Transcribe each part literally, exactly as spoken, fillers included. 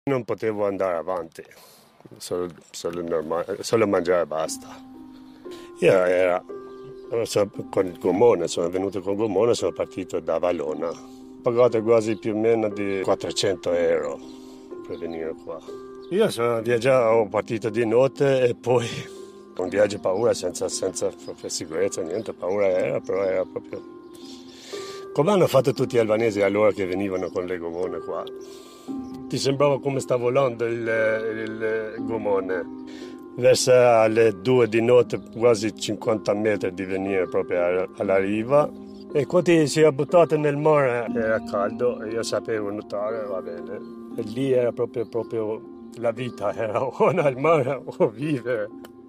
Non potevo andare avanti, solo, solo, normale, solo mangiare e basta. Io era, con il gommone, sono venuto con il gommone, sono partito da Valona. Ho pagato quasi più o meno di quattrocento euro per venire qua. Io sono viaggiato, ho partito di notte e poi un viaggio paura senza, senza proprio sicurezza, niente, paura era, però era proprio... Come hanno fatto tutti gli albanesi allora che venivano con le gommone qua? Ti sembrava come sta volando il, il gommone. Verso alle due di notte, quasi cinquanta metri di venire proprio alla riva. E quando si è buttato nel mare era caldo e io sapevo nuotare, va bene. E lì era proprio, proprio la vita, era o al mare o vivere.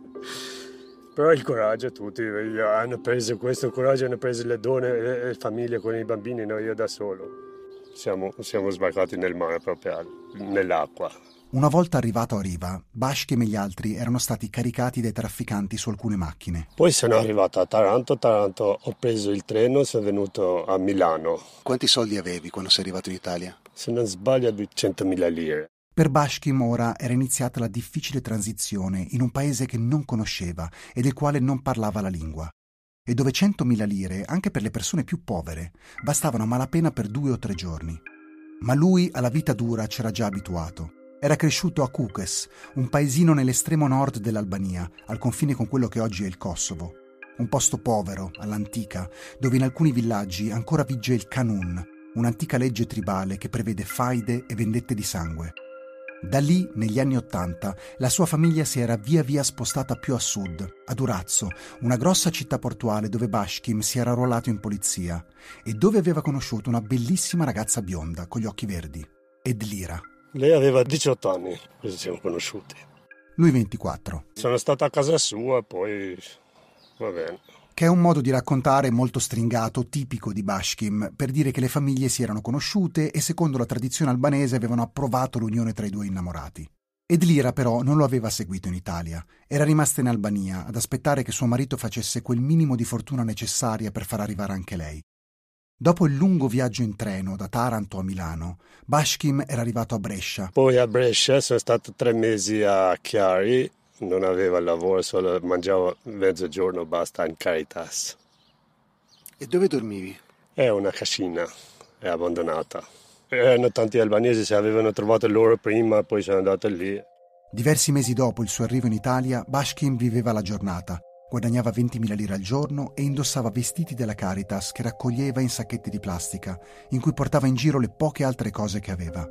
Però il coraggio tutti hanno preso questo coraggio, hanno preso le donne e le famiglie con i bambini, non io da solo. Siamo, siamo sbarcati nel mare, proprio nell'acqua. Una volta arrivato a riva, Bashkim e gli altri erano stati caricati dai trafficanti su alcune macchine. Poi sono arrivato a Taranto, Taranto ho preso il treno, sono venuto a Milano. Quanti soldi avevi quando sei arrivato in Italia? Se non sbaglio di centomila lire. Per Bashkim ora era iniziata la difficile transizione in un paese che non conosceva e del quale non parlava la lingua, e dove centomila lire, anche per le persone più povere, bastavano a malapena per due o tre giorni. Ma lui alla vita dura c'era già abituato. Era cresciuto a Kukës, un paesino nell'estremo nord dell'Albania, al confine con quello che oggi è il Kosovo. Un posto povero, all'antica, dove in alcuni villaggi ancora vige il Kanun, un'antica legge tribale che prevede faide e vendette di sangue. Da lì, negli anni Ottanta, la sua famiglia si era via via spostata più a sud, a Durazzo, una grossa città portuale dove Bashkim si era arruolato in polizia e dove aveva conosciuto una bellissima ragazza bionda con gli occhi verdi, Edlira. Lei aveva diciotto anni, così siamo conosciuti. Lui ventiquattro. Sono stato a casa sua e poi va bene. Che è un modo di raccontare molto stringato, tipico di Bashkim, per dire che le famiglie si erano conosciute e secondo la tradizione albanese avevano approvato l'unione tra i due innamorati. Edlira però non lo aveva seguito in Italia, era rimasta in Albania ad aspettare che suo marito facesse quel minimo di fortuna necessaria per far arrivare anche lei. Dopo il lungo viaggio in treno da Taranto a Milano, Bashkim era arrivato a Brescia. Poi a Brescia sono stato tre mesi a Chiari, non aveva lavoro, solo mangiavo mezzogiorno, basta, in Caritas. E dove dormivi? È una cascina, è abbandonata. Erano tanti albanesi, se avevano trovato loro prima, poi sono andato lì. Diversi mesi dopo il suo arrivo in Italia, Bashkim viveva la giornata. Guadagnava ventimila lire al giorno e indossava vestiti della Caritas che raccoglieva in sacchetti di plastica, in cui portava in giro le poche altre cose che aveva.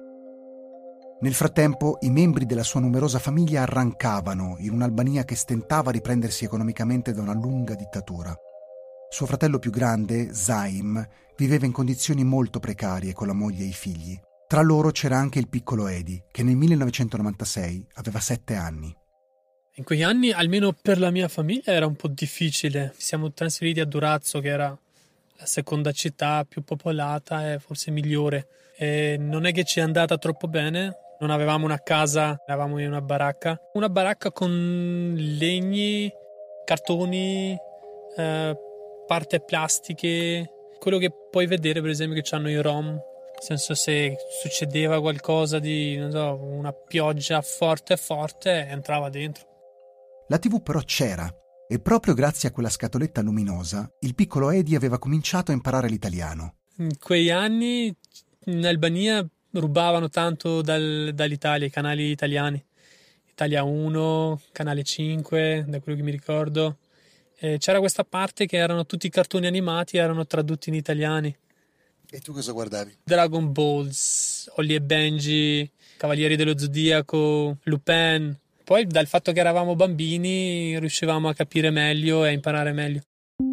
Nel frattempo, i membri della sua numerosa famiglia arrancavano in un'Albania che stentava a riprendersi economicamente da una lunga dittatura. Suo fratello più grande, Zaim, viveva in condizioni molto precarie con la moglie e i figli. Tra loro c'era anche il piccolo Edi, che nel millenovecentonovantasei aveva sette anni. In quegli anni, almeno per la mia famiglia, era un po' difficile. Siamo trasferiti a Durazzo, che era la seconda città più popolata e forse migliore. E non è che ci è andata troppo bene. Non avevamo una casa, eravamo in una baracca. Una baracca con legni, cartoni, eh, parte plastiche. Quello che puoi vedere, per esempio, che hanno i Rom. Nel senso, se succedeva qualcosa di, non so, una pioggia forte forte, entrava dentro. La tivù però c'era, e proprio grazie a quella scatoletta luminosa, il piccolo Edi aveva cominciato a imparare l'italiano. In quegli anni in Albania rubavano tanto dal, dall'Italia, i canali italiani. Italia uno, Canale cinque, da quello che mi ricordo. E c'era questa parte che erano tutti i cartoni animati, erano tradotti in italiani. E tu cosa guardavi? Dragon Balls, Holly e Benji, Cavalieri dello Zodiaco, Lupin. Poi dal fatto che eravamo bambini riuscivamo a capire meglio e a imparare meglio.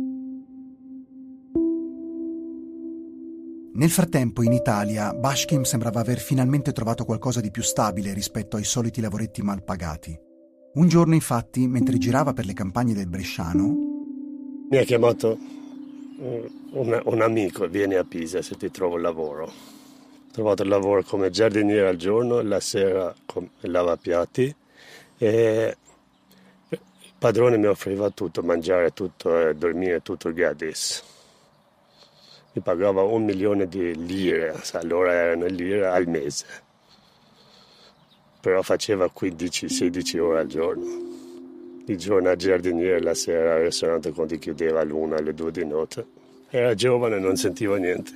Nel frattempo in Italia Bashkim sembrava aver finalmente trovato qualcosa di più stabile rispetto ai soliti lavoretti mal pagati. Un giorno infatti, mentre girava per le campagne del Bresciano, mi ha chiamato un, un amico, vieni a Pisa se ti trovo lavoro. Ho trovato il lavoro come giardiniere al giorno, la sera come lavapiatti. E il padrone mi offriva tutto, mangiare tutto e dormire tutto gratis. Mi pagava un milione di lire, allora erano lire al mese. però faceva quindici sedici ore al giorno. Di giorno a giardiniere, la sera al ristorante quando chiudeva l'una alle due di notte. Era giovane e non sentivo niente.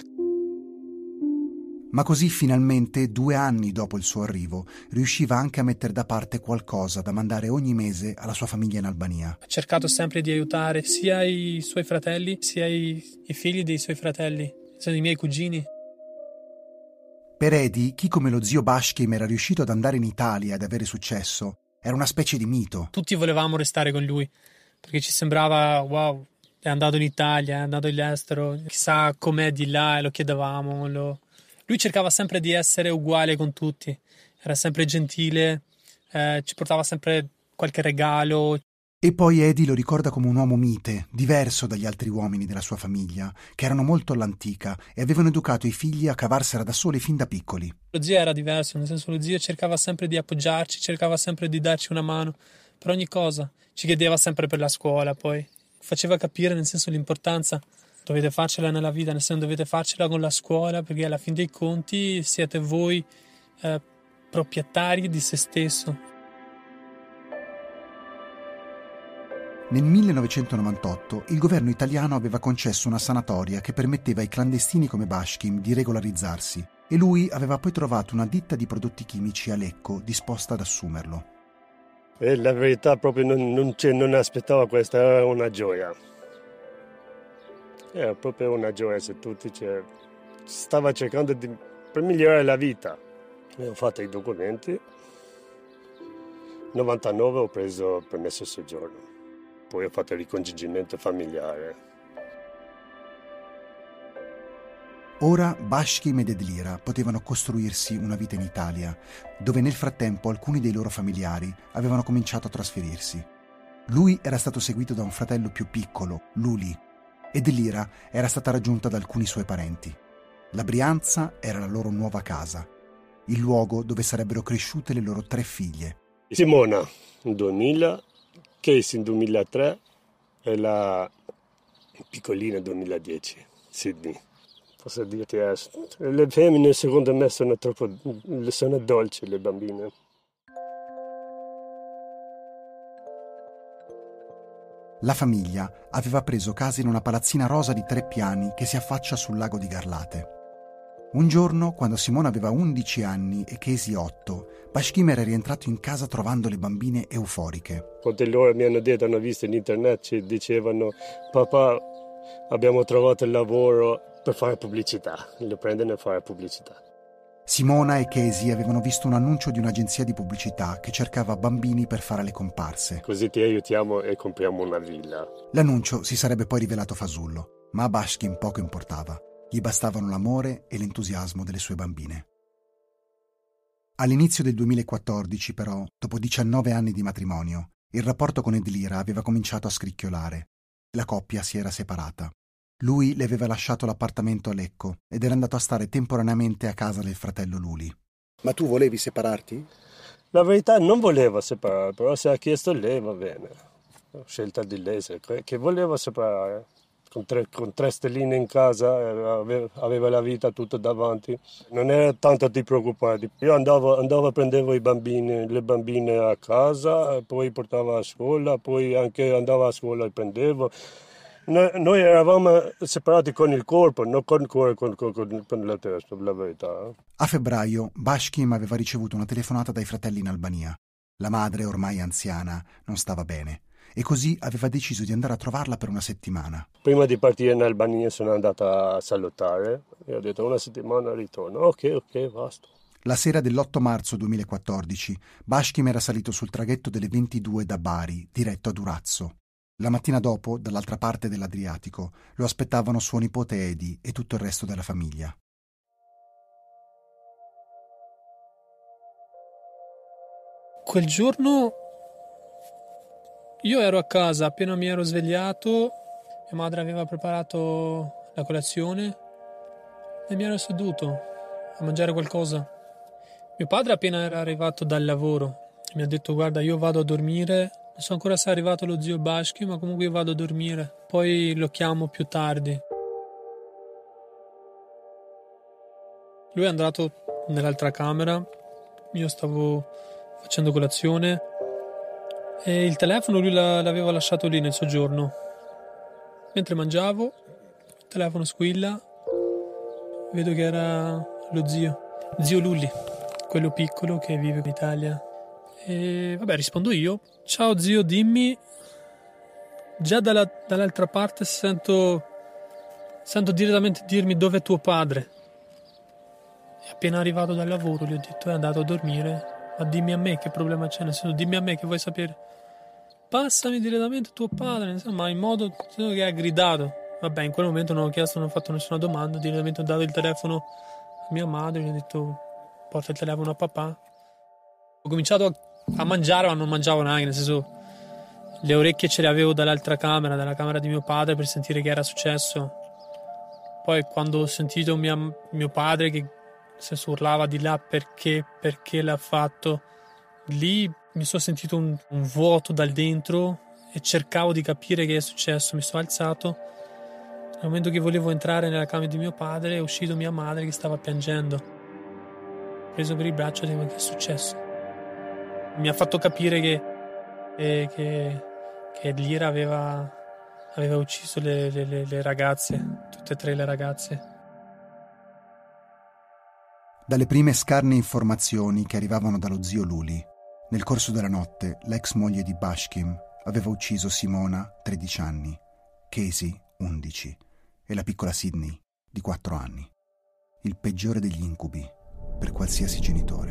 Ma così finalmente, due anni dopo il suo arrivo, riusciva anche a mettere da parte qualcosa da mandare ogni mese alla sua famiglia in Albania. Ha cercato sempre di aiutare sia i suoi fratelli, sia i, i figli dei suoi fratelli, sono i miei cugini. Per Edi, chi come lo zio Bashkim era riuscito ad andare in Italia e ad avere successo, era una specie di mito. Tutti volevamo restare con lui, perché ci sembrava, wow, è andato in Italia, è andato all'estero, chissà com'è di là, e lo chiedevamo. Lo... Lui cercava sempre di essere uguale con tutti, era sempre gentile, eh, ci portava sempre qualche regalo. E poi Edi lo ricorda come un uomo mite, diverso dagli altri uomini della sua famiglia, che erano molto all'antica e avevano educato i figli a cavarsela da soli fin da piccoli. Lo zio era diverso, nel senso lo zio cercava sempre di appoggiarci, cercava sempre di darci una mano per ogni cosa. Ci chiedeva sempre per la scuola, poi faceva capire nel senso l'importanza. Dovete farcela nella vita, nel senso dovete farcela con la scuola, perché alla fin dei conti siete voi eh, proprietari di se stesso. Nel millenovecentonovantotto il governo italiano aveva concesso una sanatoria che permetteva ai clandestini come Bashkim di regolarizzarsi e lui aveva poi trovato una ditta di prodotti chimici a Lecco disposta ad assumerlo. E la verità proprio non, non, non aspettavo questa, era una gioia. Era proprio una gioia se tutti cioè, stava cercando di per migliorare la vita. E ho fatto i documenti. Nel novantanove ho preso il permesso soggiorno. Poi ho fatto il ricongiungimento familiare. Ora Bashkim ed Edlira potevano costruirsi una vita in Italia, dove nel frattempo alcuni dei loro familiari avevano cominciato a trasferirsi. Lui era stato seguito da un fratello più piccolo, Luli, ed Edlira era stata raggiunta da alcuni suoi parenti. La Brianza era la loro nuova casa, il luogo dove sarebbero cresciute le loro tre figlie. Simona, nel duemila, Casey nel duemilatré e la piccolina nel duemiladieci, Sydney. Posso dirti, eh, le femmine secondo me sono troppo, sono dolci le bambine. La famiglia aveva preso casa in una palazzina rosa di tre piani che si affaccia sul lago di Garlate. Un giorno, quando Simona aveva undici anni e Casey otto, Bashkim era rientrato in casa trovando le bambine euforiche. Quando loro mi hanno detto, hanno visto in internet, ci dicevano papà, abbiamo trovato il lavoro per fare pubblicità, lo prendono a fare pubblicità. Simona e Casey avevano visto un annuncio di un'agenzia di pubblicità che cercava bambini per fare le comparse. Così ti aiutiamo e compriamo una villa. L'annuncio si sarebbe poi rivelato fasullo, ma a Bashkim poco importava. Gli bastavano l'amore e l'entusiasmo delle sue bambine. All'inizio del duemilaquattordici, però, dopo diciannove anni di matrimonio, il rapporto con Edlira aveva cominciato a scricchiolare. La coppia si era separata. Lui le aveva lasciato l'appartamento a Lecco ed era andato a stare temporaneamente a casa del fratello Luli. Ma tu volevi separarti? La verità non volevo separare, però se ha chiesto lei va bene. Ho scelta di lei, che voleva separare. Con tre, con tre stelline in casa, aveva, aveva la vita tutta davanti. Non era tanto di preoccupare. Io andavo, andavo prendevo i bambini, le bambine a casa, poi portavo a scuola, poi anche andavo a scuola e prendevo. Noi eravamo separati con il corpo, non con il cuore, con, con, con, con la testa, la verità. A febbraio, Bashkim aveva ricevuto una telefonata dai fratelli in Albania. La madre, ormai anziana, non stava bene e così aveva deciso di andare a trovarla per una settimana. Prima di partire in Albania sono andata a salutare e ho detto una settimana ritorno. Ok, ok, basta. La sera dell'otto marzo duemilaquattordici, Bashkim era salito sul traghetto delle ventidue da Bari, diretto a Durazzo. La mattina dopo, dall'altra parte dell'Adriatico, lo aspettavano suo nipote Edi e tutto il resto della famiglia. Quel giorno io ero a casa, appena mi ero svegliato, mia madre aveva preparato la colazione e mi ero seduto a mangiare qualcosa. Mio padre appena era arrivato dal lavoro mi ha detto guarda io vado a dormire, non so ancora se è arrivato lo zio Bashkim, ma comunque io vado a dormire, poi lo chiamo più tardi. Lui è andato nell'altra camera, io stavo facendo colazione, e il telefono lui l'aveva lasciato lì nel soggiorno. Mentre mangiavo, il telefono squilla, vedo che era lo zio, zio Lulli, quello piccolo che vive in Italia. E vabbè, rispondo io: ciao zio, dimmi. Già dalla, dall'altra parte sento, sento direttamente dirmi: dov'è tuo padre? E appena arrivato dal lavoro gli ho detto: è andato a dormire. Ma dimmi a me che problema c'è, nel senso, dimmi a me che vuoi sapere. Passami direttamente tuo padre, ma in modo che ha gridato. Vabbè, in quel momento non ho chiesto, non ho fatto nessuna domanda, direttamente ho dato il telefono a mia madre, gli ho detto: porta il telefono a papà. Ho cominciato a, a mangiare, ma non mangiavo neanche, nel senso, le orecchie ce le avevo dall'altra camera, dalla camera di mio padre, per sentire che era successo. Poi quando ho sentito mia, mio padre che se urlava di là perché, perché l'ha fatto, lì mi sono sentito un, un vuoto dal dentro e cercavo di capire che è successo. Mi sono alzato. Nel momento che volevo entrare nella camera di mio padre è uscito mia madre che stava piangendo. Ho preso per il braccio e ho detto: che è successo? Mi ha fatto capire che, che, che, che Lira aveva, aveva ucciso le, le, le ragazze, tutte e tre le ragazze. Dalle prime scarne informazioni che arrivavano dallo zio Luli, nel corso della notte l'ex moglie di Bashkim aveva ucciso Simona, tredici anni, Casey, undici, e la piccola Sydney, di quattro anni. Il peggiore degli incubi per qualsiasi genitore.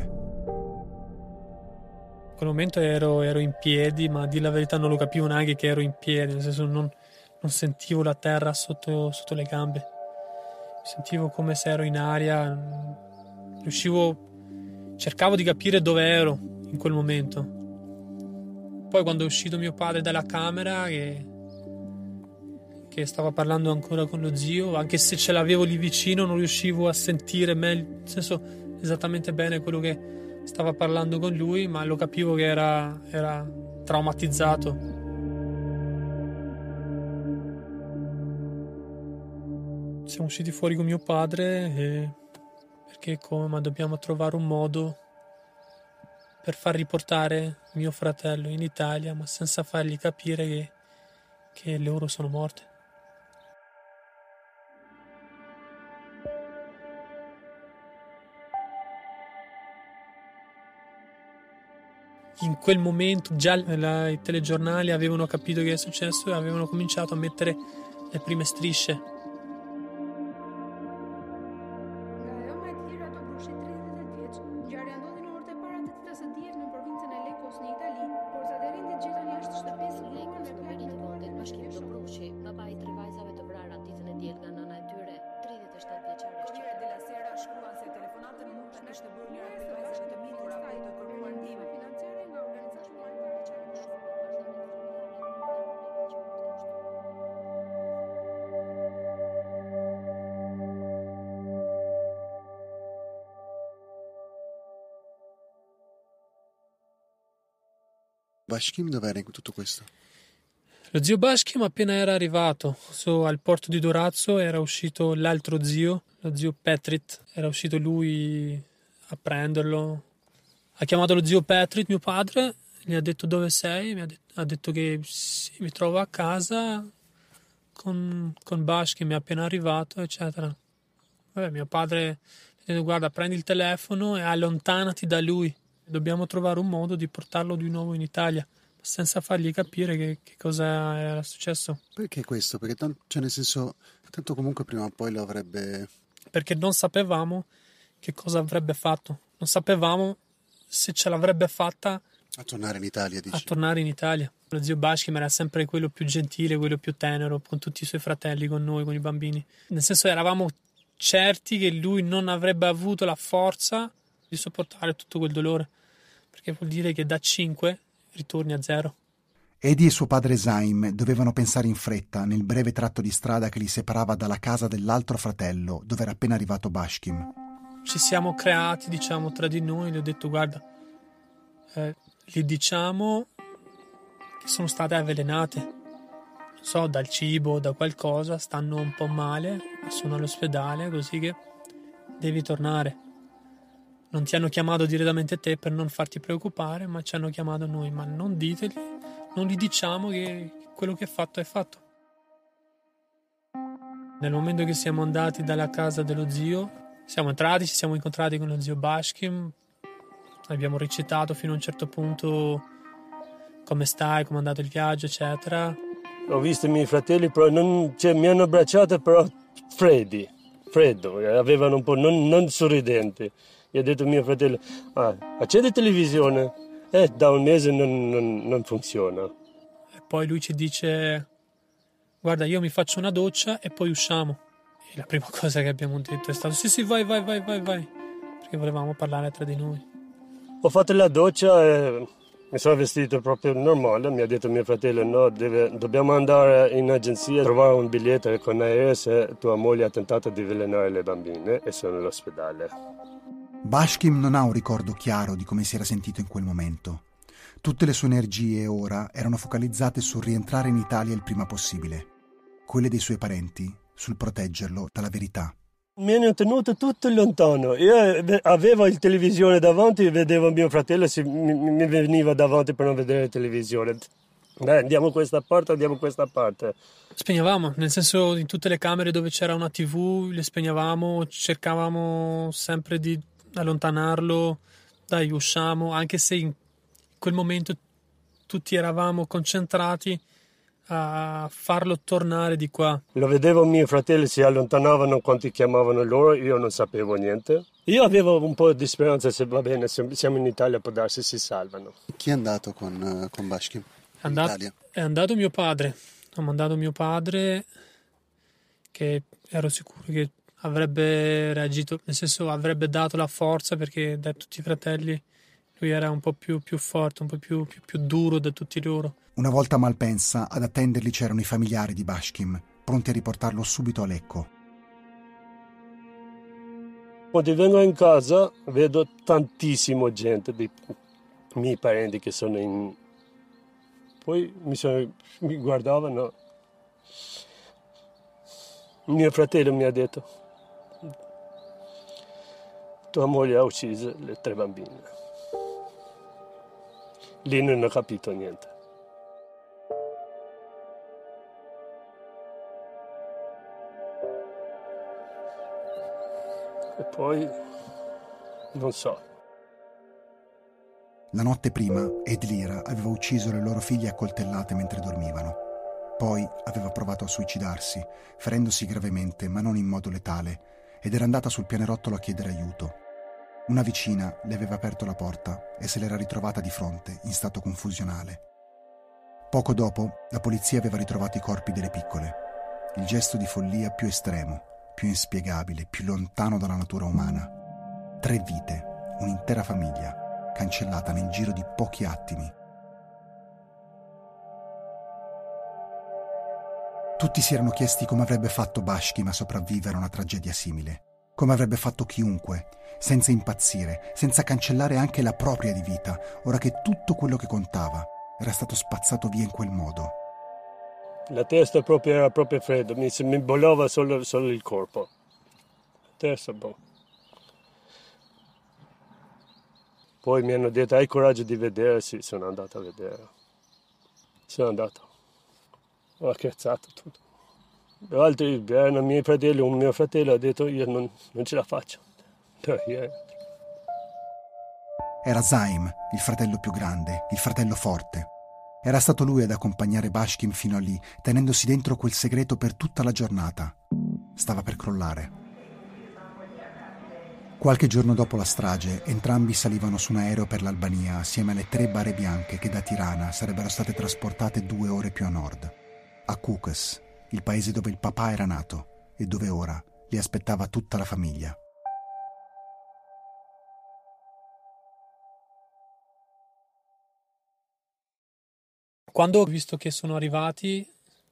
In quel momento ero, ero in piedi, ma a dire la verità non lo capivo neanche che ero in piedi, nel senso non, non sentivo la terra sotto, sotto le gambe. Sentivo come se ero in aria, riuscivo, cercavo di capire dove ero in quel momento. Poi quando è uscito mio padre dalla camera, che, che stava parlando ancora con lo zio, anche se ce l'avevo lì vicino non riuscivo a sentire meglio, nel senso, esattamente bene quello che stava parlando con lui, ma lo capivo che era, era traumatizzato. Siamo usciti fuori con mio padre e perché come ma dobbiamo trovare un modo per far riportare mio fratello in Italia, ma senza fargli capire che, che loro sono morte. In quel momento già la, i telegiornali avevano capito che è successo e avevano cominciato a mettere le prime strisce. Bashkim dov'era in tutto questo? Lo zio Bashkim appena era arrivato so, al porto di Durazzo era uscito l'altro zio, lo zio Petrit, era uscito lui a prenderlo. Ha chiamato lo zio Petrit, mio padre, gli ha detto: dove sei? Mi ha detto, ha detto che sì, mi trovo a casa con, con Bashkim, mi è appena arrivato, eccetera. Vabbè, mio padre gli ha detto: guarda, prendi il telefono e allontanati da lui. Dobbiamo trovare un modo di portarlo di nuovo in Italia, senza fargli capire che, che cosa era successo. Perché questo? Perché tanto, cioè nel senso, tanto comunque prima o poi lo avrebbe... Perché non sapevamo che cosa avrebbe fatto. Non sapevamo se ce l'avrebbe fatta a tornare in Italia, dici? A tornare in Italia. Lo zio Bashkim era sempre quello più gentile, quello più tenero, con tutti i suoi fratelli, con noi, con i bambini. Nel senso, eravamo certi che lui non avrebbe avuto la forza di sopportare tutto quel dolore, perché vuol dire che da cinque ritorni a zero. Eddie e suo padre Zaim dovevano pensare in fretta nel breve tratto di strada che li separava dalla casa dell'altro fratello, dove era appena arrivato Bashkim. Ci siamo creati, diciamo, tra di noi. Gli ho detto: guarda, eh, gli diciamo che sono state avvelenate, non so, dal cibo, da qualcosa, stanno un po' male, sono all'ospedale, così che devi tornare. non ti hanno chiamato direttamente te per non farti preoccupare, ma ci hanno chiamato noi, ma non diteli, non gli diciamo che quello che è fatto è fatto. Nel momento che siamo andati dalla casa dello zio, siamo entrati, ci siamo incontrati con lo zio Bashkim, abbiamo recitato fino a un certo punto come stai, come è andato il viaggio, eccetera. Ho visto i miei fratelli, però non, cioè, mi hanno abbracciato, però freddi, freddo, avevano un po' non, non sorridenti. Io ho detto a mio fratello, ah, accendi televisione, e da un mese non, non, non funziona. E poi lui ci dice, guarda, io mi faccio una doccia e poi usciamo. E la prima cosa che abbiamo detto è stato, sì sì, vai, vai, vai, vai, vai, perché volevamo parlare tra di noi. Ho fatto la doccia e mi sono vestito proprio normale, mi ha detto mio fratello, no, deve, dobbiamo andare in agenzia a trovare un biglietto con aereo se tua moglie ha tentato di avvelenare le bambine e sono all'ospedale. Bashkim non ha un ricordo chiaro di come si era sentito in quel momento. Tutte le sue energie ora erano focalizzate sul rientrare in Italia il prima possibile. Quelle dei suoi parenti sul proteggerlo dalla verità. Mi hanno tenuto tutto lontano. Io avevo il televisione davanti e vedevo mio fratello, si, mi, mi veniva davanti per non vedere la televisione. Dai, andiamo a questa parte, andiamo a questa parte. Spegnevamo, nel senso in tutte le camere dove c'era una tivù le spegnevamo, cercavamo sempre di allontanarlo, dai usciamo, anche se in quel momento tutti eravamo concentrati a farlo tornare di qua. Lo vedevo, miei fratelli si allontanavano quando chiamavano loro, io non sapevo niente. Io avevo un po' di speranza, se va bene, se siamo in Italia può darsi si salvano. Chi è andato con, con Bashkim È andato, in Italia? È andato mio padre, ho mandato mio padre che ero sicuro che avrebbe reagito, nel senso avrebbe dato la forza, perché da tutti i fratelli lui era un po' più, più forte, un po' più, più, più duro da tutti loro. Una volta a Malpensa, ad attenderli c'erano i familiari di Bashkim, pronti a riportarlo subito a Lecco. Quando vengo in casa vedo tantissima gente, dei miei parenti che sono in... Poi mi, sono... mi guardavano. Mio fratello mi ha detto, tua moglie ha ucciso le tre bambine. Lì non ho capito niente. E poi, non so. La notte prima, Ed Lira aveva ucciso le loro figlie a coltellate mentre dormivano. Poi aveva provato a suicidarsi, ferendosi gravemente, ma non in modo letale, ed era andata sul pianerottolo a chiedere aiuto. Una vicina le aveva aperto la porta e se l'era ritrovata di fronte, in stato confusionale. Poco dopo, la polizia aveva ritrovato i corpi delle piccole. Il gesto di follia più estremo, più inspiegabile, più lontano dalla natura umana. Tre vite, un'intera famiglia, cancellata nel giro di pochi attimi. Tutti si erano chiesti come avrebbe fatto Bashkim a sopravvivere a una tragedia simile. Come avrebbe fatto chiunque, senza impazzire, senza cancellare anche la propria di vita, ora che tutto quello che contava era stato spazzato via in quel modo. La testa proprio era proprio fredda, mi, mi bollava solo, solo il corpo. La testa, boh. Poi mi hanno detto, hai coraggio di vedere? Sì, sono andato a vedere. Sono andato. Ho accherzato tutto. Altri erano i miei fratelli, un mio fratello ha detto, io non, non ce la faccio. Era Zaim, il fratello più grande, il fratello forte. Era stato lui ad accompagnare Bashkim fino a lì, tenendosi dentro quel segreto per tutta la giornata. Stava per crollare. Qualche giorno dopo la strage, entrambi salivano su un aereo per l'Albania assieme alle tre bare bianche che da Tirana sarebbero state trasportate due ore più a nord, a Kukës, il paese dove il papà era nato e dove ora li aspettava tutta la famiglia. Quando ho visto che sono arrivati,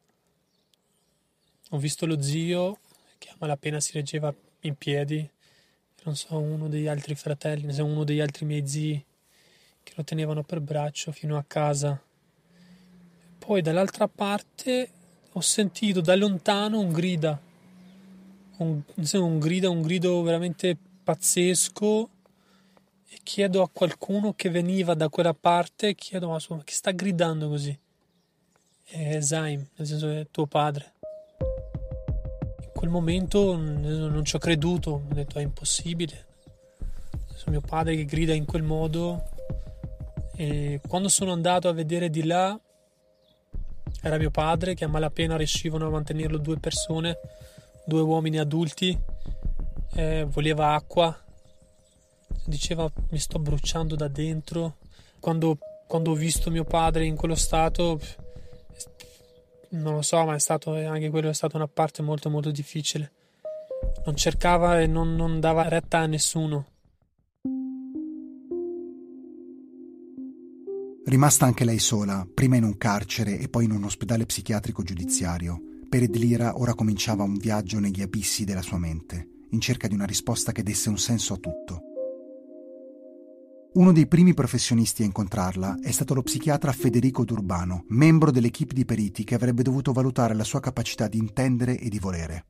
ho visto lo zio che a malapena si reggeva in piedi, non so, uno degli altri fratelli, non so, uno degli altri miei zii che lo tenevano per braccio fino a casa. Poi dall'altra parte ho sentito da lontano un grida, un, un grido, un grido veramente pazzesco, e chiedo a qualcuno che veniva da quella parte, chiedo ma insomma, chi sta gridando così? È Zaim, nel senso è tuo padre. In quel momento non ci ho creduto, ho detto è impossibile. Adesso mio padre che grida in quel modo. E quando sono andato a vedere di là, era mio padre che a malapena riuscivano a mantenerlo due persone, due uomini adulti, eh, voleva acqua, diceva mi sto bruciando da dentro. Quando, quando ho visto mio padre in quello stato, non lo so, ma è stato, anche quello è stata una parte molto molto difficile. Non cercava e non, non dava retta a nessuno. Rimasta anche lei sola, prima in un carcere e poi in un ospedale psichiatrico giudiziario, per Edlira ora cominciava un viaggio negli abissi della sua mente, in cerca di una risposta che desse un senso a tutto. Uno dei primi professionisti a incontrarla è stato lo psichiatra Federico D'Urbano, membro dell'equipe di periti che avrebbe dovuto valutare la sua capacità di intendere e di volere.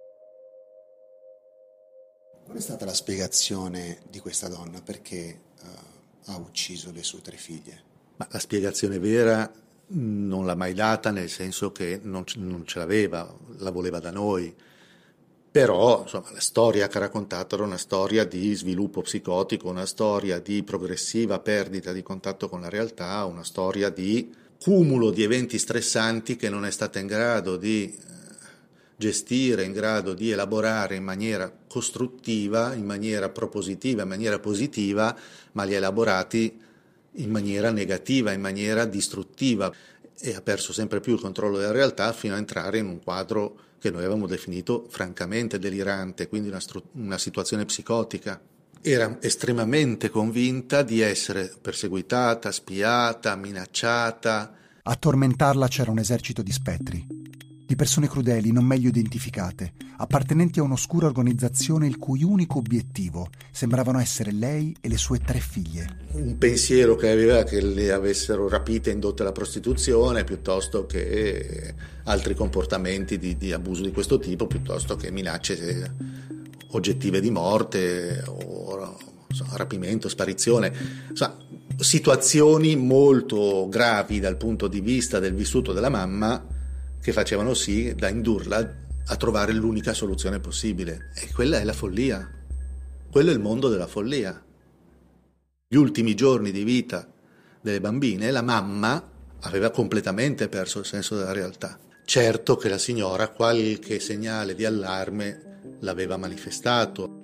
Qual è stata la spiegazione di questa donna? Perché uh, ha ucciso le sue tre figlie? Ma la spiegazione vera non l'ha mai data, nel senso che non, non ce l'aveva, la voleva da noi. Però insomma, la storia che ha raccontato era una storia di sviluppo psicotico, una storia di progressiva perdita di contatto con la realtà, una storia di cumulo di eventi stressanti che non è stata in grado di gestire, in grado di elaborare in maniera costruttiva, in maniera propositiva, in maniera positiva, ma li ha elaborati in maniera negativa, in maniera distruttiva, e ha perso sempre più il controllo della realtà fino a entrare in un quadro che noi avevamo definito francamente delirante, quindi una, stru- una situazione psicotica. Era estremamente convinta di essere perseguitata, spiata, minacciata. A tormentarla c'era un esercito di spettri, di persone crudeli non meglio identificate, appartenenti a un'oscura organizzazione il cui unico obiettivo sembravano essere lei e le sue tre figlie. Un pensiero che aveva che le avessero rapite e indotte alla prostituzione, piuttosto che altri comportamenti di, di abuso di questo tipo, piuttosto che minacce oggettive di morte o insomma, rapimento, sparizione, insomma, situazioni molto gravi dal punto di vista del vissuto della mamma, che facevano sì da indurla a trovare l'unica soluzione possibile. E quella è la follia. Quello è il mondo della follia. Gli ultimi giorni di vita delle bambine, la mamma aveva completamente perso il senso della realtà. Certo che la signora qualche segnale di allarme l'aveva manifestato.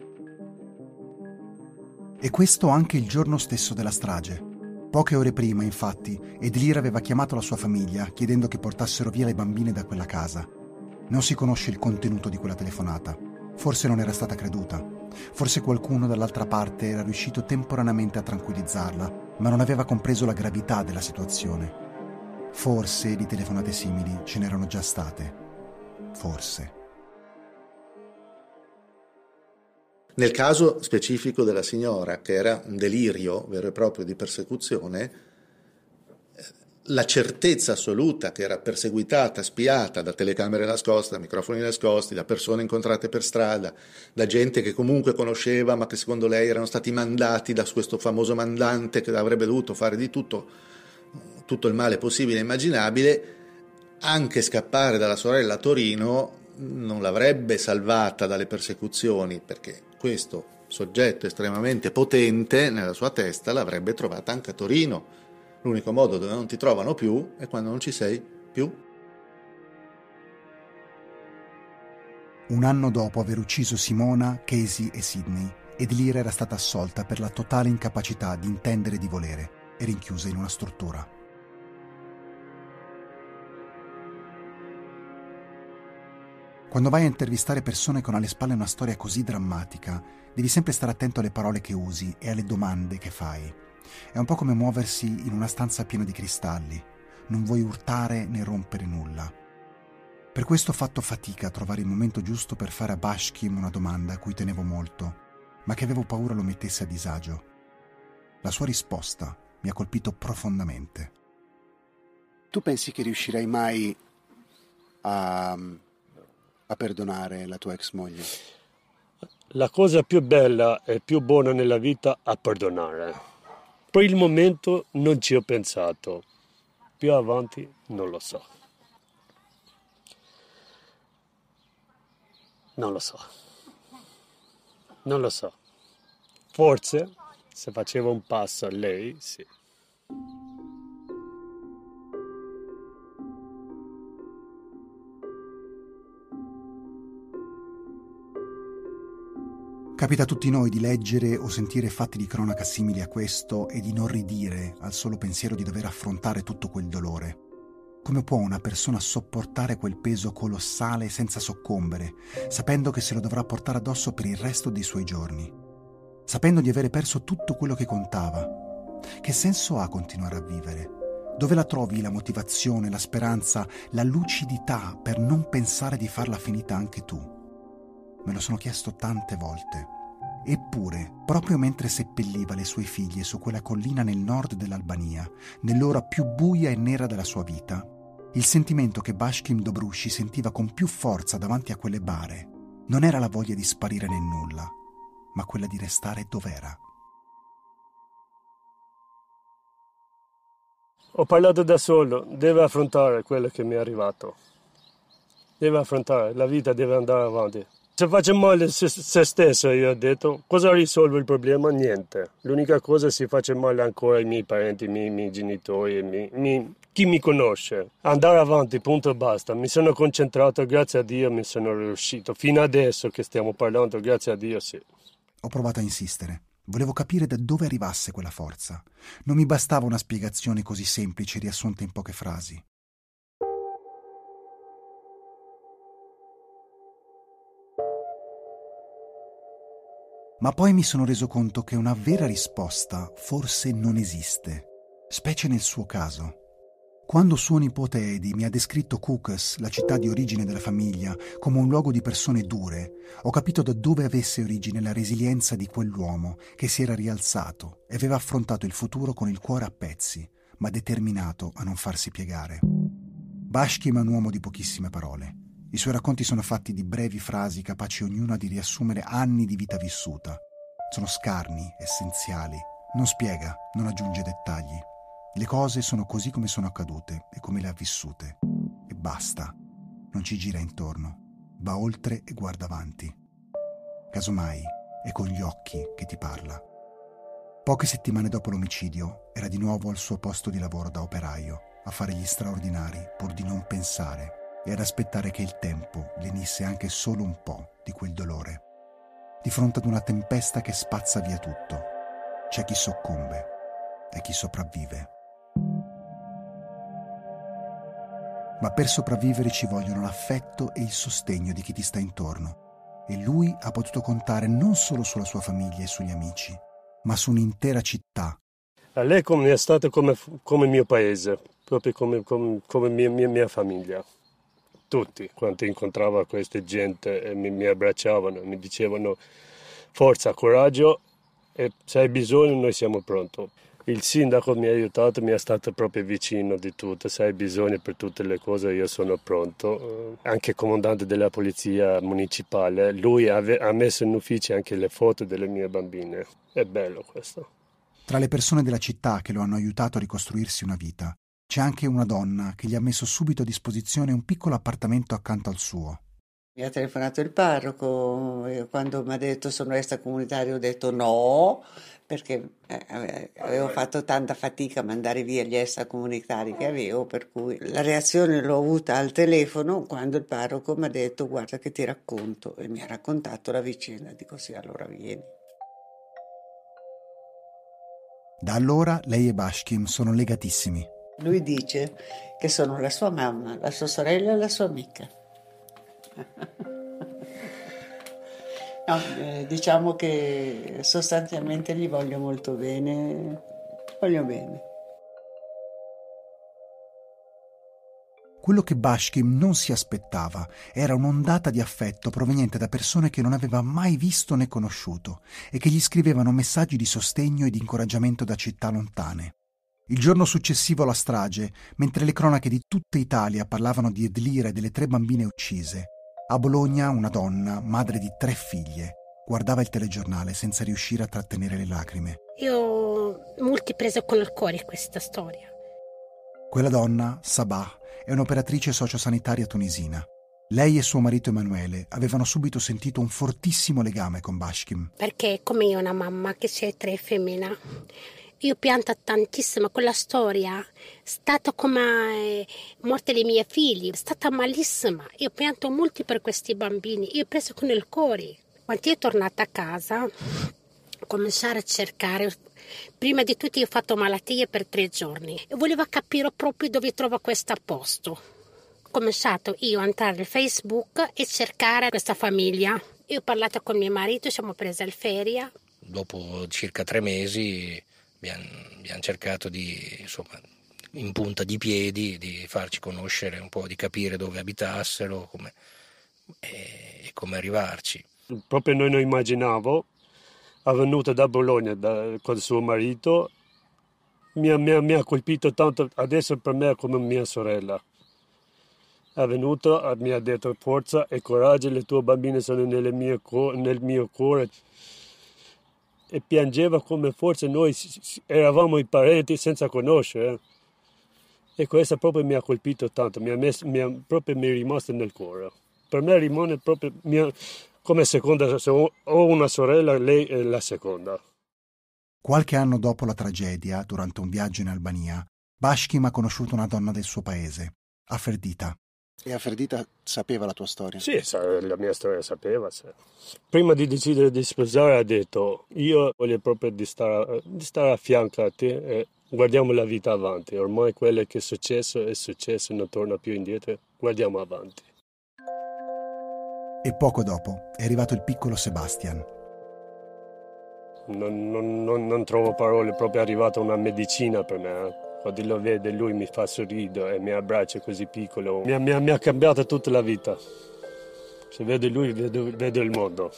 E questo anche il giorno stesso della strage. Poche ore prima, infatti, Edlira aveva chiamato la sua famiglia chiedendo che portassero via le bambine da quella casa. Non si conosce il contenuto di quella telefonata. Forse non era stata creduta. Forse qualcuno dall'altra parte era riuscito temporaneamente a tranquillizzarla, ma non aveva compreso la gravità della situazione. Forse di telefonate simili ce n'erano già state. Forse. Nel caso specifico della signora, che era un delirio vero e proprio di persecuzione, la certezza assoluta che era perseguitata, spiata da telecamere nascoste, da microfoni nascosti, da persone incontrate per strada, da gente che comunque conosceva ma che secondo lei erano stati mandati da questo famoso mandante che avrebbe dovuto fare di tutto, tutto il male possibile e immaginabile, anche scappare dalla sorella a Torino non l'avrebbe salvata dalle persecuzioni, perché questo soggetto estremamente potente nella sua testa l'avrebbe trovata anche a Torino. L'unico modo dove non ti trovano più è quando non ci sei più. Un anno dopo aver ucciso Simona, Casey e Sidney, Edlira era stata assolta per la totale incapacità di intendere e di volere e rinchiusa in una struttura. Quando vai a intervistare persone con alle spalle una storia così drammatica, devi sempre stare attento alle parole che usi e alle domande che fai. È un po' come muoversi in una stanza piena di cristalli. Non vuoi urtare né rompere nulla. Per questo ho fatto fatica a trovare il momento giusto per fare a Bashkim una domanda a cui tenevo molto, ma che avevo paura lo mettesse a disagio. La sua risposta mi ha colpito profondamente. Tu pensi che riuscirai mai a... a perdonare la tua ex moglie? La cosa più bella e più buona nella vita è perdonare. Per il momento non ci ho pensato. Più avanti non lo so. Non lo so. Non lo so. Forse se facevo un passo a lei, sì. Capita a tutti noi di leggere o sentire fatti di cronaca simili a questo e di inorridire al solo pensiero di dover affrontare tutto quel dolore. Come può una persona sopportare quel peso colossale senza soccombere, sapendo che se lo dovrà portare addosso per il resto dei suoi giorni? Sapendo di avere perso tutto quello che contava? Che senso ha continuare a vivere? Dove la trovi la motivazione, la speranza, la lucidità per non pensare di farla finita anche tu? Me lo sono chiesto tante volte. Eppure, proprio mentre seppelliva le sue figlie su quella collina nel nord dell'Albania, nell'ora più buia e nera della sua vita, il sentimento che Bashkim Dobrushi sentiva con più forza davanti a quelle bare non era la voglia di sparire nel nulla, ma quella di restare dov'era. Ho parlato da solo, deve affrontare quello che mi è arrivato. Deve affrontare, la vita deve andare avanti. Se faccio male se, se stesso, io ho detto, cosa risolve il problema? Niente. L'unica cosa è se faccio male ancora ai miei parenti, ai miei, ai miei genitori, ai miei, miei, chi mi conosce. Andare avanti, punto e basta. Mi sono concentrato, grazie a Dio mi sono riuscito. Fino adesso che stiamo parlando, grazie a Dio sì. Ho provato a insistere. Volevo capire da dove arrivasse quella forza. Non mi bastava una spiegazione così semplice riassunta in poche frasi. Ma poi mi sono reso conto che una vera risposta forse non esiste, specie nel suo caso. Quando suo nipote Edi mi ha descritto Kukës, la città di origine della famiglia, come un luogo di persone dure, ho capito da dove avesse origine la resilienza di quell'uomo che si era rialzato e aveva affrontato il futuro con il cuore a pezzi, ma determinato a non farsi piegare. Bashkim è un uomo di pochissime parole. I suoi racconti sono fatti di brevi frasi capaci ognuna di riassumere anni di vita vissuta. Sono scarni, essenziali. Non spiega, non aggiunge dettagli. Le cose sono così come sono accadute e come le ha vissute. E basta. Non ci gira intorno. Va oltre e guarda avanti. Casomai è con gli occhi che ti parla. Poche settimane dopo l'omicidio era di nuovo al suo posto di lavoro da operaio, a fare gli straordinari pur di non pensare e ad aspettare che il tempo lenisse anche solo un po' di quel dolore. Di fronte ad una tempesta che spazza via tutto, c'è chi soccombe e chi sopravvive. Ma per sopravvivere ci vogliono l'affetto e il sostegno di chi ti sta intorno. E lui ha potuto contare non solo sulla sua famiglia e sugli amici, ma su un'intera città. A lei come è stato come, come mio paese, proprio come, come, come mia, mia, mia famiglia. Tutti, quando incontravo questa gente e mi, mi abbracciavano, mi dicevano forza, coraggio e se hai bisogno noi siamo pronti. Il sindaco mi ha aiutato, mi è stato proprio vicino di tutto, se hai bisogno per tutte le cose io sono pronto. Anche il comandante della polizia municipale, lui ave, ha messo in ufficio anche le foto delle mie bambine. È bello questo. Tra le persone della città che lo hanno aiutato a ricostruirsi una vita, c'è anche una donna che gli ha messo subito a disposizione un piccolo appartamento accanto al suo. Mi ha telefonato il parroco e quando mi ha detto sono extracomunitario ho detto no, perché avevo fatto tanta fatica a mandare via gli extracomunitari che avevo, per cui la reazione l'ho avuta al telefono quando il parroco mi ha detto guarda che ti racconto, e mi ha raccontato la vicenda. Dico sì, allora vieni. Da allora lei e Bashkim sono legatissimi. Lui dice che sono la sua mamma, la sua sorella e la sua amica. No, eh, diciamo che sostanzialmente gli voglio molto bene, voglio bene. Quello che Bashkim non si aspettava era un'ondata di affetto proveniente da persone che non aveva mai visto né conosciuto e che gli scrivevano messaggi di sostegno e di incoraggiamento da città lontane. Il giorno successivo alla strage, mentre le cronache di tutta Italia parlavano di Edlira e delle tre bambine uccise, a Bologna una donna, madre di tre figlie, guardava il telegiornale senza riuscire a trattenere le lacrime. Io molti preso con il cuore questa storia. Quella donna, Sabah, è un'operatrice sociosanitaria tunisina. Lei e suo marito Emanuele avevano subito sentito un fortissimo legame con Bashkim. Perché come io una mamma che c'è tre femmine, io pianto tantissimo quella storia. È stata come morte dei miei figli, è stata malissima. Io pianto molto per questi bambini, io ho preso con il cuore. Quando io sono tornata a casa, ho cominciato a cercare. Prima di tutto io ho fatto malattie per tre giorni e volevo capire proprio dove trovo questo posto. Ho cominciato io a entrare nel Facebook e cercare questa famiglia. Io ho parlato con mio marito, siamo presi il feria. Dopo circa tre mesi abbiamo, abbiamo cercato di, insomma, in punta di piedi, di farci conoscere un po', di capire dove abitassero come, e, e come arrivarci. Proprio non immaginavo, è venuta da Bologna da, con suo marito, mi ha, mi, ha, mi ha colpito tanto, adesso per me è come mia sorella. È venuto, mi ha detto forza e coraggio, le tue bambine sono nelle mie, nel mio cuore. E piangeva come forse noi eravamo i parenti senza conoscere. E questo proprio mi ha colpito tanto, mi ha messo, mi ha, proprio mi è rimasto nel cuore. Per me rimane proprio mia, come seconda, se ho una sorella, lei è la seconda. Qualche anno dopo la tragedia, durante un viaggio in Albania, Bashkim ha conosciuto una donna del suo paese, Aferdita. E Aferdita sapeva la tua storia? Sì, la mia storia sapeva. Sì. Prima di decidere di sposare ha detto, io voglio proprio di stare, di stare a fianco a te e guardiamo la vita avanti. Ormai quello che è successo è successo, non torna più indietro, guardiamo avanti. E poco dopo è arrivato il piccolo Sebastian. Non, non, non, non trovo parole, proprio è arrivata una medicina per me. Eh. Quando lo vede lui mi fa sorridere e mi abbraccia così piccolo. Mi, mi, mi ha cambiato tutta la vita. Se vedo lui vedo, vedo il mondo.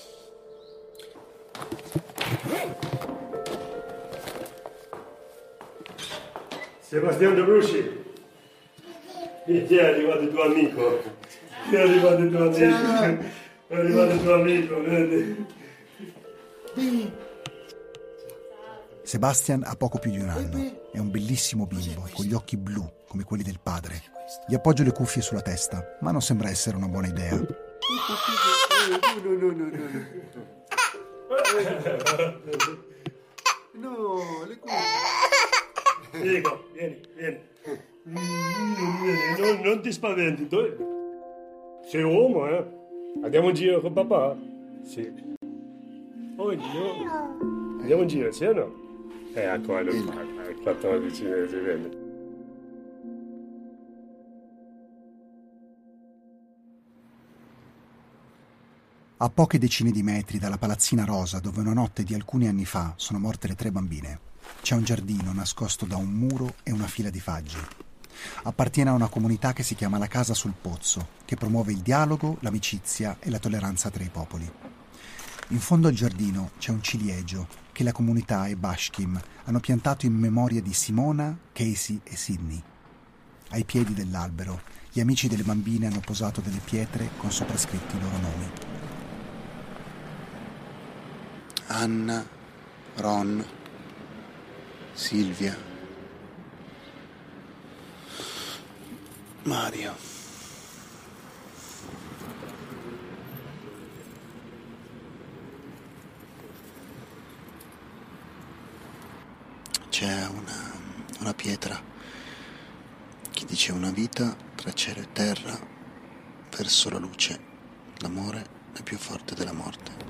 Sebastiano De Brusci. Ti è arrivato il tuo amico. Ti è arrivato il tuo amico. È arrivato il tuo amico, vedi? Sebastian ha poco più di un anno. È un bellissimo bimbo, con gli occhi blu, come quelli del padre. Gli appoggio le cuffie sulla testa, ma non sembra essere una buona idea. No, no, no, no, no. No, le cuffie. Diego, vieni, vieni. Non, non ti spaventi. Sei uomo, eh? Andiamo in giro con papà? Sì. Oddio. Andiamo in giro, sì o no? Eh, ancora non parla, è quattordici mesi, vedi. A poche decine di metri dalla palazzina rosa dove una notte di alcuni anni fa sono morte le tre bambine, c'è un giardino nascosto da un muro e una fila di faggi. Appartiene a una comunità che si chiama La Casa sul Pozzo, che promuove il dialogo, l'amicizia e la tolleranza tra i popoli. In fondo al giardino c'è un ciliegio che la comunità e Bashkim hanno piantato in memoria di Simona, Casey e Sidney. Ai piedi dell'albero, gli amici delle bambine hanno posato delle pietre con soprascritti i loro nomi. Anna, Ron, Silvia, Mario. C'è una, una pietra che dice una vita tra cielo e terra verso la luce. L'amore è più forte della morte.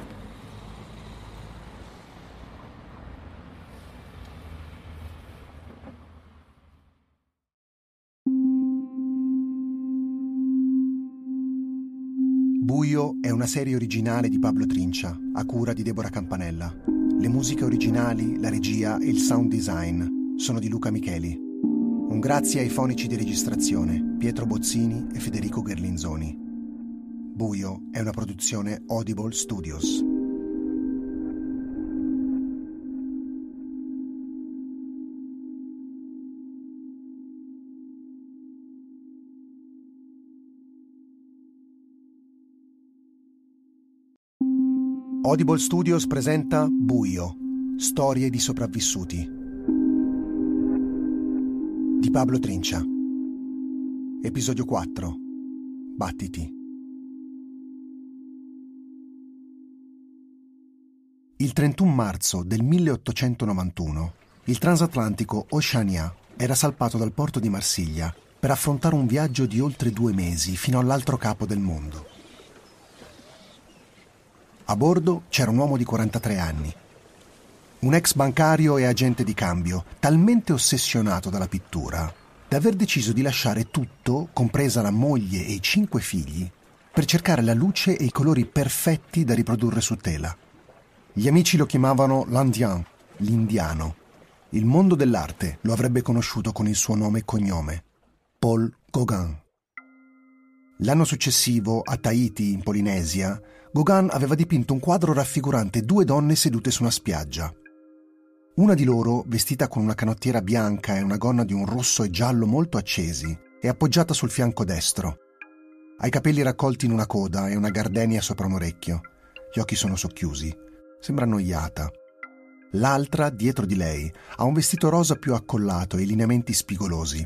Buio è una serie originale di Pablo Trincia, a cura di Deborah Campanella. Le musiche originali, la regia e il sound design sono di Luca Micheli. Un grazie ai fonici di registrazione, Pietro Bozzini e Federico Gherlinzoni. Buio è una produzione Audible Studios. Audible Studios presenta Buio, storie di sopravvissuti di Pablo Trincia. Episodio quattro. Battiti. Il trentuno marzo del milleottocentonovantuno il transatlantico Oceania era salpato dal porto di Marsiglia per affrontare un viaggio di oltre due mesi fino all'altro capo del mondo. A bordo c'era un uomo di quarantatré anni, un ex bancario e agente di cambio, talmente ossessionato dalla pittura da aver deciso di lasciare tutto, compresa la moglie e i cinque figli, per cercare la luce e i colori perfetti da riprodurre su tela. Gli amici lo chiamavano l'Indien, l'indiano. Il mondo dell'arte lo avrebbe conosciuto con il suo nome e cognome, Paul Gauguin. L'anno successivo, a Tahiti, in Polinesia, Gauguin aveva dipinto un quadro raffigurante due donne sedute su una spiaggia. Una di loro, vestita con una canottiera bianca e una gonna di un rosso e giallo molto accesi, è appoggiata sul fianco destro. Ha i capelli raccolti in una coda e una gardenia sopra un orecchio. Gli occhi sono socchiusi. Sembra annoiata. L'altra, dietro di lei, ha un vestito rosa più accollato e lineamenti spigolosi.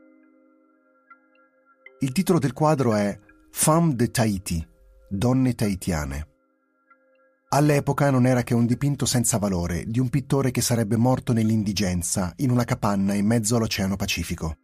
Il titolo del quadro è Femme de Tahiti, donne tahitiane. All'epoca non era che un dipinto senza valore di un pittore che sarebbe morto nell'indigenza in una capanna in mezzo all'Oceano Pacifico.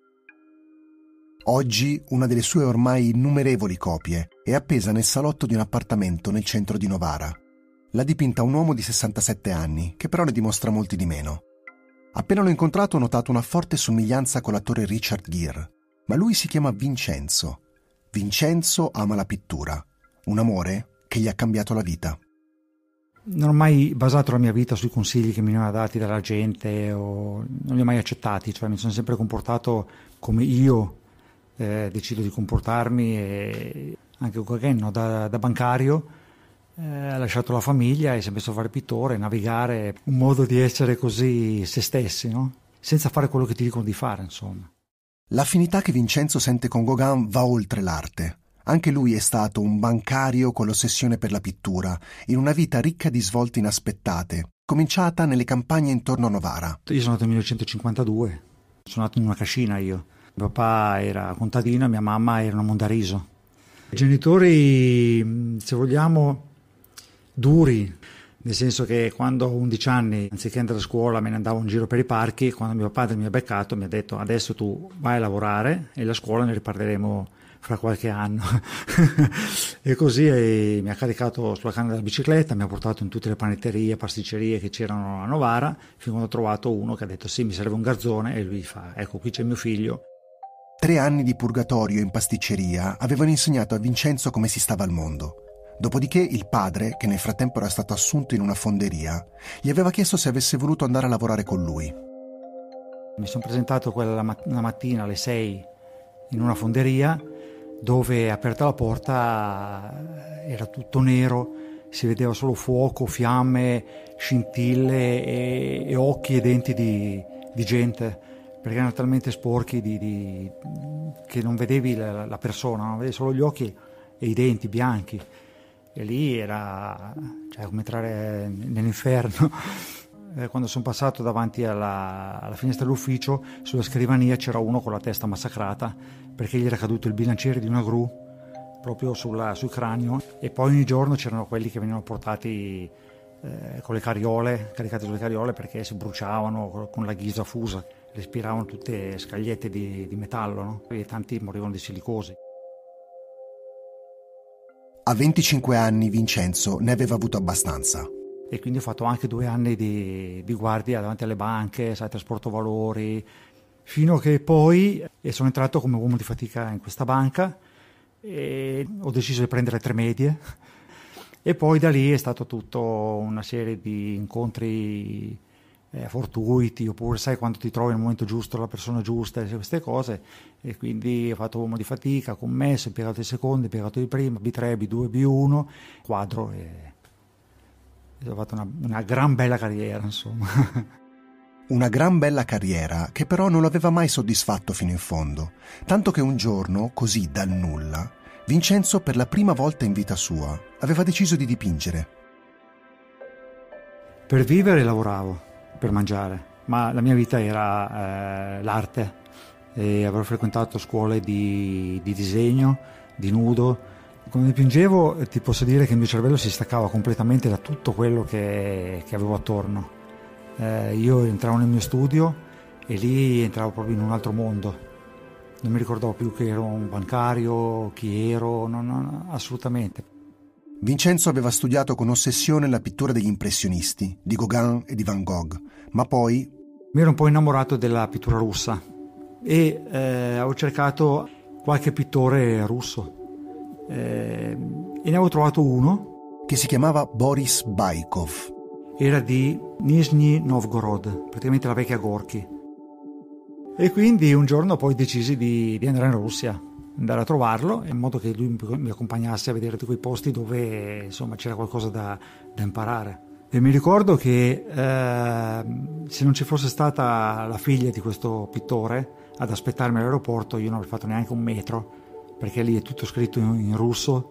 Oggi una delle sue ormai innumerevoli copie è appesa nel salotto di un appartamento nel centro di Novara. L'ha dipinta un uomo di sessantasette anni, che però ne dimostra molti di meno. Appena l'ho incontrato ho notato una forte somiglianza con l'attore Richard Gere, ma lui si chiama Vincenzo. Vincenzo ama la pittura, un amore che gli ha cambiato la vita. Non ho mai basato la mia vita sui consigli che mi venivano dati dalla gente, o non li ho mai accettati, cioè mi sono sempre comportato come io eh, decido di comportarmi, e anche Gauguin, no? da, da bancario eh, ha lasciato la famiglia e si è messo a fare pittore, navigare, un modo di essere così se stessi, no? Senza fare quello che ti dicono di fare, insomma. L'affinità che Vincenzo sente con Gauguin va oltre l'arte. Anche lui è stato un bancario con l'ossessione per la pittura, in una vita ricca di svolte inaspettate, cominciata nelle campagne intorno a Novara. Io sono nato nel millenovecentocinquantadue, sono nato in una cascina io. Mio papà era contadino e mia mamma era una mondariso. I genitori, se vogliamo, duri, nel senso che quando ho undici anni, anziché andare a scuola, me ne andavo in giro per i parchi. Quando mio padre mi ha beccato mi ha detto: adesso tu vai a lavorare e la scuola ne riparleremo fra qualche anno. E così e mi ha caricato sulla canna della bicicletta, mi ha portato in tutte le panetterie, pasticcerie che c'erano a Novara, fin quando ho trovato uno che ha detto sì, mi serve un garzone, e lui fa: ecco, qui c'è mio figlio. Tre anni di purgatorio in pasticceria avevano insegnato a Vincenzo come si stava al mondo. Dopodiché il padre, che nel frattempo era stato assunto in una fonderia, gli aveva chiesto se avesse voluto andare a lavorare con lui. Mi sono presentato quella la mattina alle sei in una fonderia, dove, aperta la porta, era tutto nero, si vedeva solo fuoco, fiamme, scintille e, e occhi e denti di, di gente, perché erano talmente sporchi di, di, che non vedevi la, la persona, no? Vedevi solo gli occhi e i denti bianchi. E lì era, cioè, come entrare nell'inferno. Quando sono passato davanti alla, alla finestra dell'ufficio, sulla scrivania c'era uno con la testa massacrata perché gli era caduto il bilanciere di una gru proprio sulla, sul cranio, e poi ogni giorno c'erano quelli che venivano portati eh, con le carriole, caricati sulle carriole, perché si bruciavano con la ghisa fusa, respiravano tutte scagliette di, di metallo, no? E tanti morivano di silicosi. A venticinque anni Vincenzo ne aveva avuto abbastanza. E quindi ho fatto anche due anni di, di guardia davanti alle banche, sai, trasporto valori, fino a che poi e sono entrato come uomo di fatica in questa banca e ho deciso di prendere tre medie, e poi da lì è stato tutto una serie di incontri eh, fortuiti, oppure sai quando ti trovi nel momento giusto, la persona giusta, queste cose, e quindi ho fatto uomo di fatica, commesso, impiegato di seconda, impiegato di prima, B tre, B due, B uno, quadro, e ho fatto una, una gran bella carriera, insomma. Una gran bella carriera che però non l'aveva mai soddisfatto fino in fondo, tanto che un giorno, così dal nulla, Vincenzo per la prima volta in vita sua aveva deciso di dipingere. Per vivere lavoravo, per mangiare, ma la mia vita era eh, l'arte e avrò frequentato scuole di, di disegno, di nudo. Quando dipingevo ti posso dire che il mio cervello si staccava completamente da tutto quello che, che avevo attorno. Eh, io entravo nel mio studio e lì entravo proprio in un altro mondo. Non mi ricordavo più che ero un bancario, chi ero, no, no, assolutamente. Vincenzo aveva studiato con ossessione la pittura degli impressionisti, di Gauguin e di Van Gogh, ma poi... Mi ero un po' innamorato della pittura russa e eh, ho cercato qualche pittore russo eh, e ne avevo trovato uno che si chiamava Boris Baikov. Era di Nizhny Novgorod, praticamente la vecchia Gorky. E quindi un giorno poi decisi di, di andare in Russia, andare a trovarlo, in modo che lui mi accompagnasse a vedere tutti quei posti dove insomma c'era qualcosa da, da imparare. E mi ricordo che eh, se non ci fosse stata la figlia di questo pittore ad aspettarmi all'aeroporto, io non avrei fatto neanche un metro, perché lì è tutto scritto in, in russo.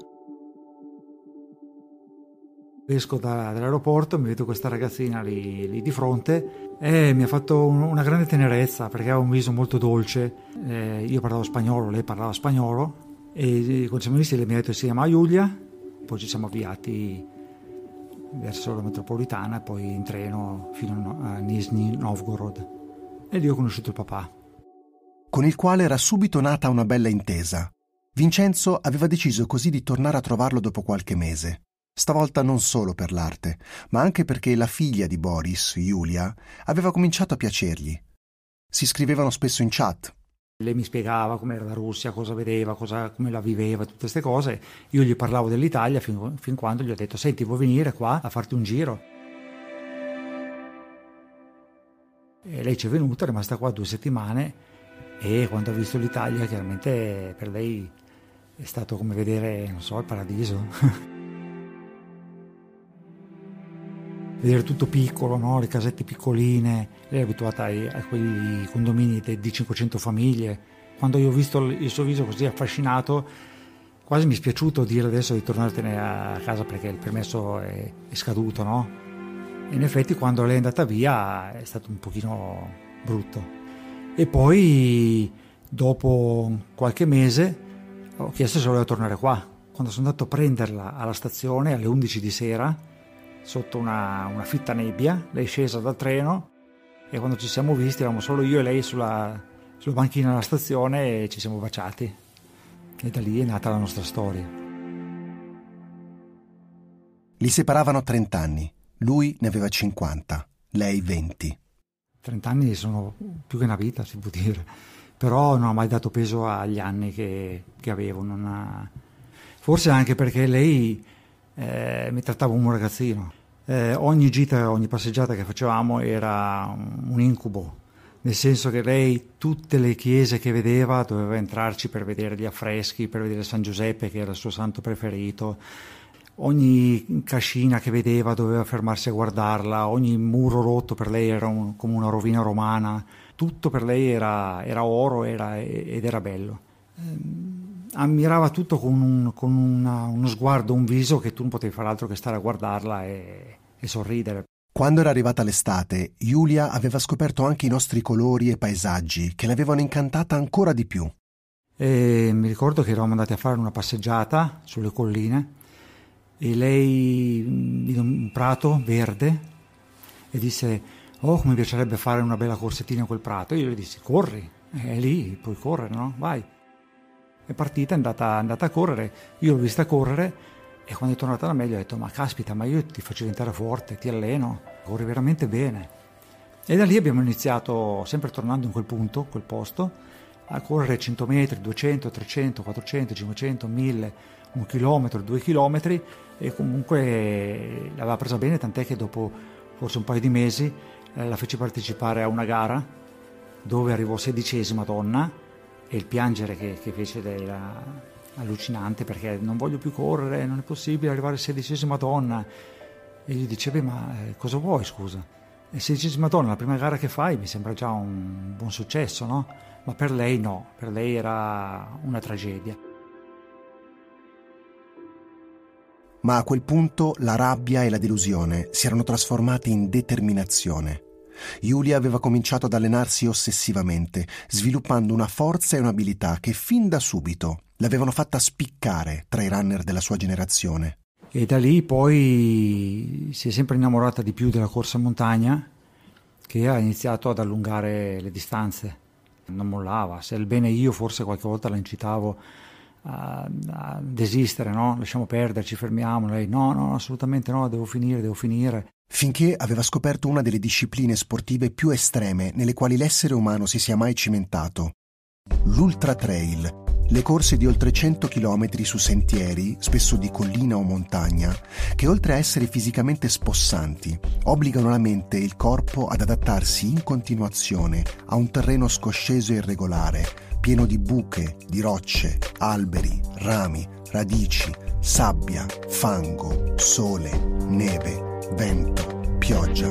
Esco da, dall'aeroporto, mi vedo questa ragazzina lì, lì di fronte e mi ha fatto un, una grande tenerezza perché aveva un viso molto dolce. Eh, io parlavo spagnolo, lei parlava spagnolo e quando siamo visti lei mi ha detto che si chiama Giulia, poi ci siamo avviati verso la metropolitana e poi in treno fino a Nizhny Novgorod e lì ho conosciuto il papà. Con il quale era subito nata una bella intesa. Vincenzo aveva deciso così di tornare a trovarlo dopo qualche mese. Stavolta non solo per l'arte, ma anche perché la figlia di Boris, Giulia, aveva cominciato a piacergli. Si scrivevano spesso in chat. Lei mi spiegava com'era la Russia, cosa vedeva, cosa, come la viveva, tutte queste cose. Io gli parlavo dell'Italia fin, fin quando gli ho detto: senti, vuoi venire qua a farti un giro? E lei ci è venuta, è rimasta qua due settimane e quando ha visto l'Italia chiaramente per lei è stato come vedere, non so, il paradiso. Vedere tutto piccolo, no? Le casette piccoline, lei è abituata ai, a quei condomini di cinquecento famiglie. Quando io ho visto il suo viso così affascinato, quasi mi è spiaciuto dire adesso di tornartene a casa perché il permesso è, è scaduto, no? E in effetti quando lei è andata via è stato un pochino brutto. E poi dopo qualche mese ho chiesto se voleva tornare qua. Quando sono andato a prenderla alla stazione alle undici di sera, sotto una, una fitta nebbia, lei è scesa dal treno e quando ci siamo visti eravamo solo io e lei sulla, sulla banchina della stazione e ci siamo baciati e da lì è nata la nostra storia. Li separavano trenta anni, lui ne aveva cinquanta, lei venti. trenta anni sono più che una vita, si può dire, però non ho mai dato peso agli anni che, che avevo, non ha... forse anche perché lei Eh, mi trattava come un ragazzino. Eh, ogni gita, ogni passeggiata che facevamo era un, un incubo, nel senso che lei tutte le chiese che vedeva doveva entrarci per vedere gli affreschi, per vedere San Giuseppe che era il suo santo preferito. Ogni cascina che vedeva doveva fermarsi a guardarla, ogni muro rotto per lei era un, come una rovina romana, tutto per lei era, era oro era, ed era bello. Eh, ammirava tutto con, un, con una, uno sguardo, un viso che tu non potevi fare altro che stare a guardarla e, e sorridere. Quando era arrivata l'estate, Giulia aveva scoperto anche i nostri colori e paesaggi che l'avevano incantata ancora di più. E mi ricordo che eravamo andati a fare una passeggiata sulle colline e lei in un prato verde e disse: oh, come mi piacerebbe fare una bella corsettina in quel prato. E io le dissi: corri, è lì, puoi correre, no? Vai. È partita, è andata, è andata a correre, io l'ho vista correre e quando è tornata da me gli ho detto: ma caspita, ma io ti faccio diventare forte, ti alleno, corri veramente bene. E da lì abbiamo iniziato, sempre tornando in quel punto, quel posto, a correre cento metri, duecento, trecento, quattrocento, cinquecento, mille, un chilometro, due chilometri e comunque l'aveva presa bene, tant'è che dopo forse un paio di mesi eh, la feci partecipare a una gara dove arrivò sedicesima donna. E il piangere che, che fece lei era allucinante perché non voglio più correre, non è possibile arrivare sedicesima donna. E gli dicevo: ma eh, cosa vuoi, scusa? E sedicesima donna, la prima gara che fai mi sembra già un buon successo, no? Ma per lei no, per lei era una tragedia. Ma a quel punto la rabbia e la delusione si erano trasformate in determinazione. Giulia aveva cominciato ad allenarsi ossessivamente, sviluppando una forza e un'abilità che fin da subito l'avevano fatta spiccare tra i runner della sua generazione. E da lì poi si è sempre innamorata di più della corsa in montagna, che ha iniziato ad allungare le distanze. Non mollava. Sebbene io forse qualche volta la incitavo a, a desistere, no? Lasciamo perdere, ci fermiamo. Lei no, no, assolutamente no, devo finire, devo finire. Finché aveva scoperto una delle discipline sportive più estreme nelle quali l'essere umano si sia mai cimentato: l'ultra trail. Le corse di oltre cento chilometri su sentieri, spesso di collina o montagna, che oltre a essere fisicamente spossanti, obbligano la mente e il corpo ad adattarsi in continuazione a un terreno scosceso e irregolare, pieno di buche, di rocce, alberi, rami, radici, sabbia, fango, sole, neve, vento, pioggia.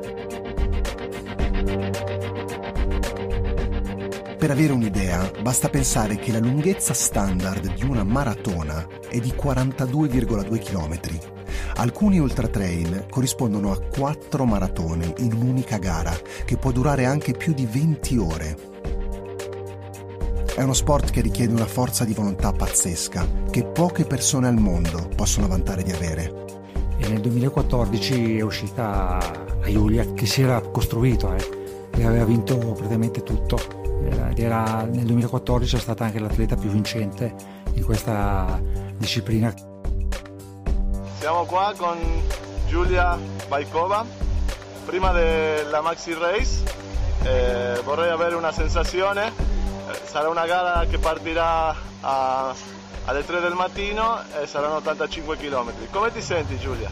Per avere un'idea, basta pensare che la lunghezza standard di una maratona è di quarantadue virgola due chilometri. Alcuni ultratrail corrispondono a quattro maratone in un'unica gara, che può durare anche più di venti ore. È uno sport che richiede una forza di volontà pazzesca, che poche persone al mondo possono vantare di avere. E nel duemilaquattordici è uscita la Giulia, che si era costruito eh, e aveva vinto praticamente tutto. Ed era, nel duemilaquattordici è stata anche l'atleta più vincente in questa disciplina. Siamo qua con Giulia Baikova, prima della Maxi Race. Eh, vorrei avere una sensazione. Eh, sarà una gara che partirà a, alle tre del mattino e saranno ottantacinque chilometri. Come ti senti, Giulia?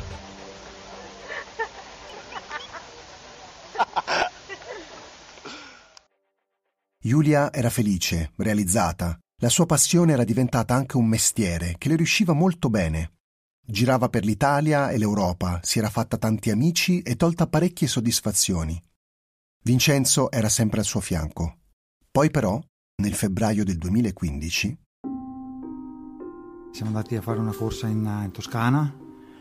Giulia era felice, realizzata. La sua passione era diventata anche un mestiere che le riusciva molto bene. Girava per l'Italia e l'Europa, si era fatta tanti amici e tolta parecchie soddisfazioni. Vincenzo era sempre al suo fianco. Poi però, nel febbraio del duemilaquindici... Siamo andati a fare una corsa in, in Toscana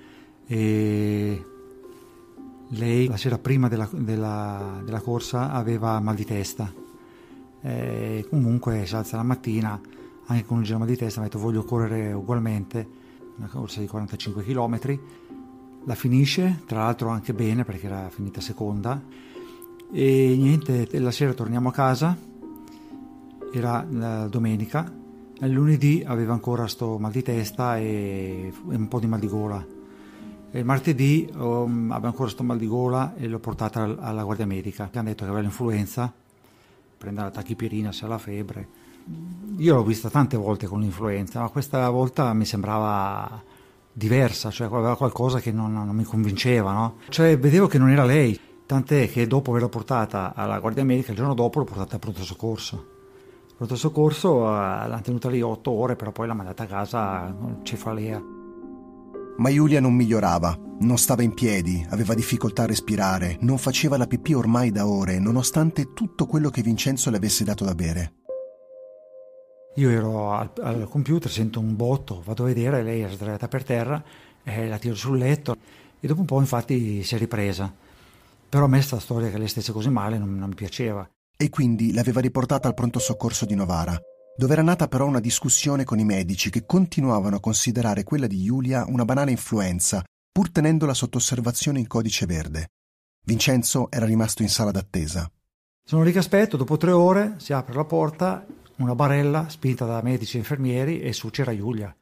e lei la sera prima della, della, della corsa aveva mal di testa. E comunque si alza la mattina anche con un giro mal di testa, mi ha detto voglio correre ugualmente una corsa di quarantacinque chilometri, la finisce tra l'altro anche bene perché era finita seconda e niente, la sera torniamo a casa, era la domenica, il lunedì aveva ancora sto mal di testa e un po' di mal di gola e il martedì um, aveva ancora sto mal di gola e l'ho portata alla guardia medica, che hanno detto che aveva l'influenza, prendere la tachipirina se ha la febbre. Io l'ho vista tante volte con l'influenza, ma questa volta mi sembrava diversa, cioè aveva qualcosa che non, non mi convinceva, no? Cioè vedevo che non era lei, tant'è che dopo averla portata alla guardia medica, il giorno dopo l'ho portata al pronto soccorso. Il pronto soccorso l'ha tenuta lì otto ore, però poi l'ha mandata a casa con cefalea. Ma Giulia non migliorava, non stava in piedi, aveva difficoltà a respirare, non faceva la pipì ormai da ore, nonostante tutto quello che Vincenzo le avesse dato da bere. Io ero al, al computer, sento un botto, vado a vedere, lei è sdraiata per terra, eh, la tiro sul letto e dopo un po' infatti si è ripresa. Però a me sta storia che lei stesse così male non, non mi piaceva. E quindi l'aveva riportata al pronto soccorso di Novara, dove era nata però una discussione con i medici che continuavano a considerare quella di Giulia una banale influenza, pur tenendola sotto osservazione in codice verde. Vincenzo era rimasto in sala d'attesa. Sono lì che aspetto, dopo tre ore si apre la porta, una barella spinta da medici e infermieri e su c'era Giulia.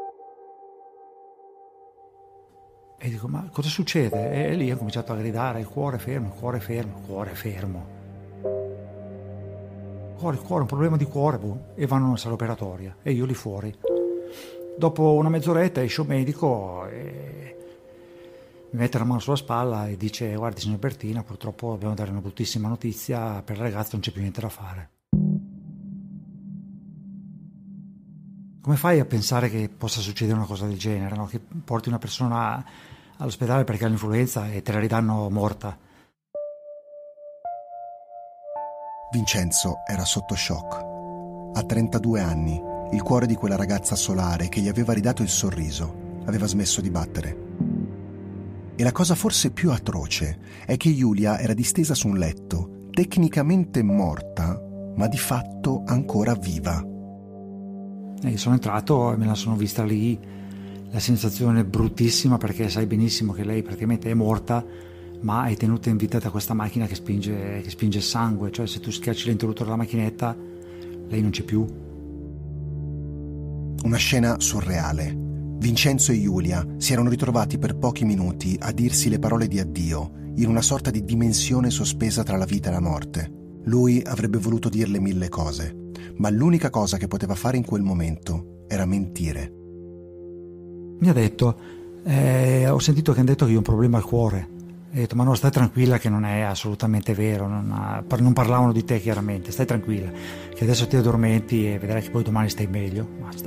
E dico, ma cosa succede? E lì ho cominciato a gridare, il cuore fermo, il cuore fermo, il cuore fermo. Il cuore, un problema di cuore, boh. E vanno in sala operatoria e io lì fuori. Dopo una mezz'oretta esce un medico e mi mette la mano sulla spalla e dice guardi signor Bertina, purtroppo dobbiamo dare una bruttissima notizia, per il ragazzo non c'è più niente da fare. Come fai a pensare che possa succedere una cosa del genere, no? Che porti una persona all'ospedale perché ha l'influenza e te la ridanno morta? Vincenzo era sotto shock. A trentadue anni, il cuore di quella ragazza solare che gli aveva ridato il sorriso aveva smesso di battere. E la cosa forse più atroce è che Giulia era distesa su un letto, tecnicamente morta, ma di fatto ancora viva. E io sono entrato e me la sono vista lì, la sensazione è bruttissima perché sai benissimo che lei praticamente è morta, ma è tenuta in vita da questa macchina che spinge, che spinge il sangue, cioè se tu schiacci l'interruttore della macchinetta lei non c'è più. Una scena surreale. Vincenzo e Giulia si erano ritrovati per pochi minuti a dirsi le parole di addio in una sorta di dimensione sospesa tra la vita e la morte. Lui avrebbe voluto dirle mille cose, ma l'unica cosa che poteva fare in quel momento era mentire. Mi ha detto, eh, ho sentito che hanno detto che io ho un problema al cuore. E ho detto, ma no, stai tranquilla che non è assolutamente vero, non, ha, non parlavano di te chiaramente, stai tranquilla, che adesso ti addormenti e vedrai che poi domani stai meglio, basta.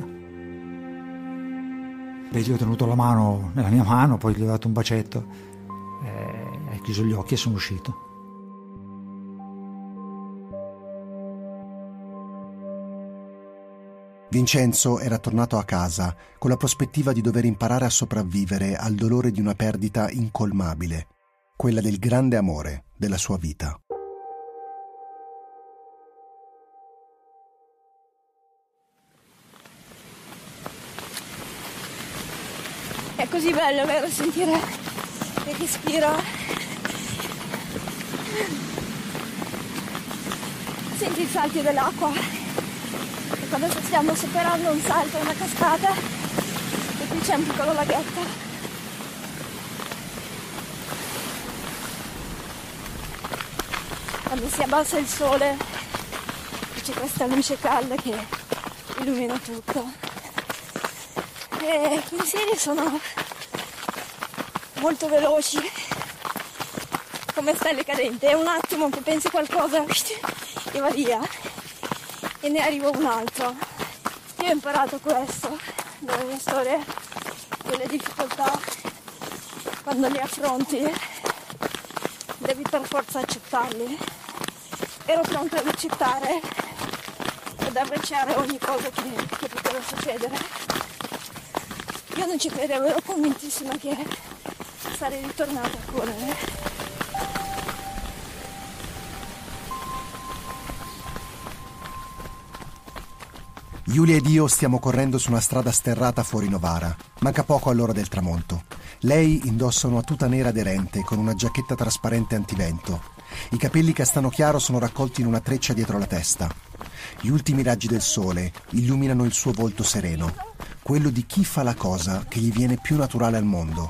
Beh, gli ho tenuto la mano nella mia mano, poi gli ho dato un bacetto, eh, ho chiuso gli occhi e sono uscito. Vincenzo era tornato a casa con la prospettiva di dover imparare a sopravvivere al dolore di una perdita incolmabile, quella del grande amore della sua vita. È così bello, vero, sentire il respiro. Senti i salti dell'acqua. E quando stiamo superando un salto, una cascata, e qui c'è un piccolo laghetto. Quando si abbassa il sole, c'è questa luce calda che illumina tutto. E i pensieri sono molto veloci, come stelle cadenti. È un attimo che pensi qualcosa e va via, e ne arriva un altro. Io ho imparato questo nella mia storia, che le difficoltà, quando le affronti, devi per forza accettarli. Ero pronta ad accettare ed abbracciare ogni cosa che, che poteva succedere. Io non ci credevo, ero convintissima che sarei ritornata a correre. Giulia ed io stiamo correndo su una strada sterrata fuori Novara. Manca poco all'ora del tramonto. Lei indossa una tuta nera aderente con una giacchetta trasparente antivento. I capelli castano chiaro sono raccolti in una treccia dietro la testa. Gli ultimi raggi del sole illuminano il suo volto sereno, quello di chi fa la cosa che gli viene più naturale al mondo.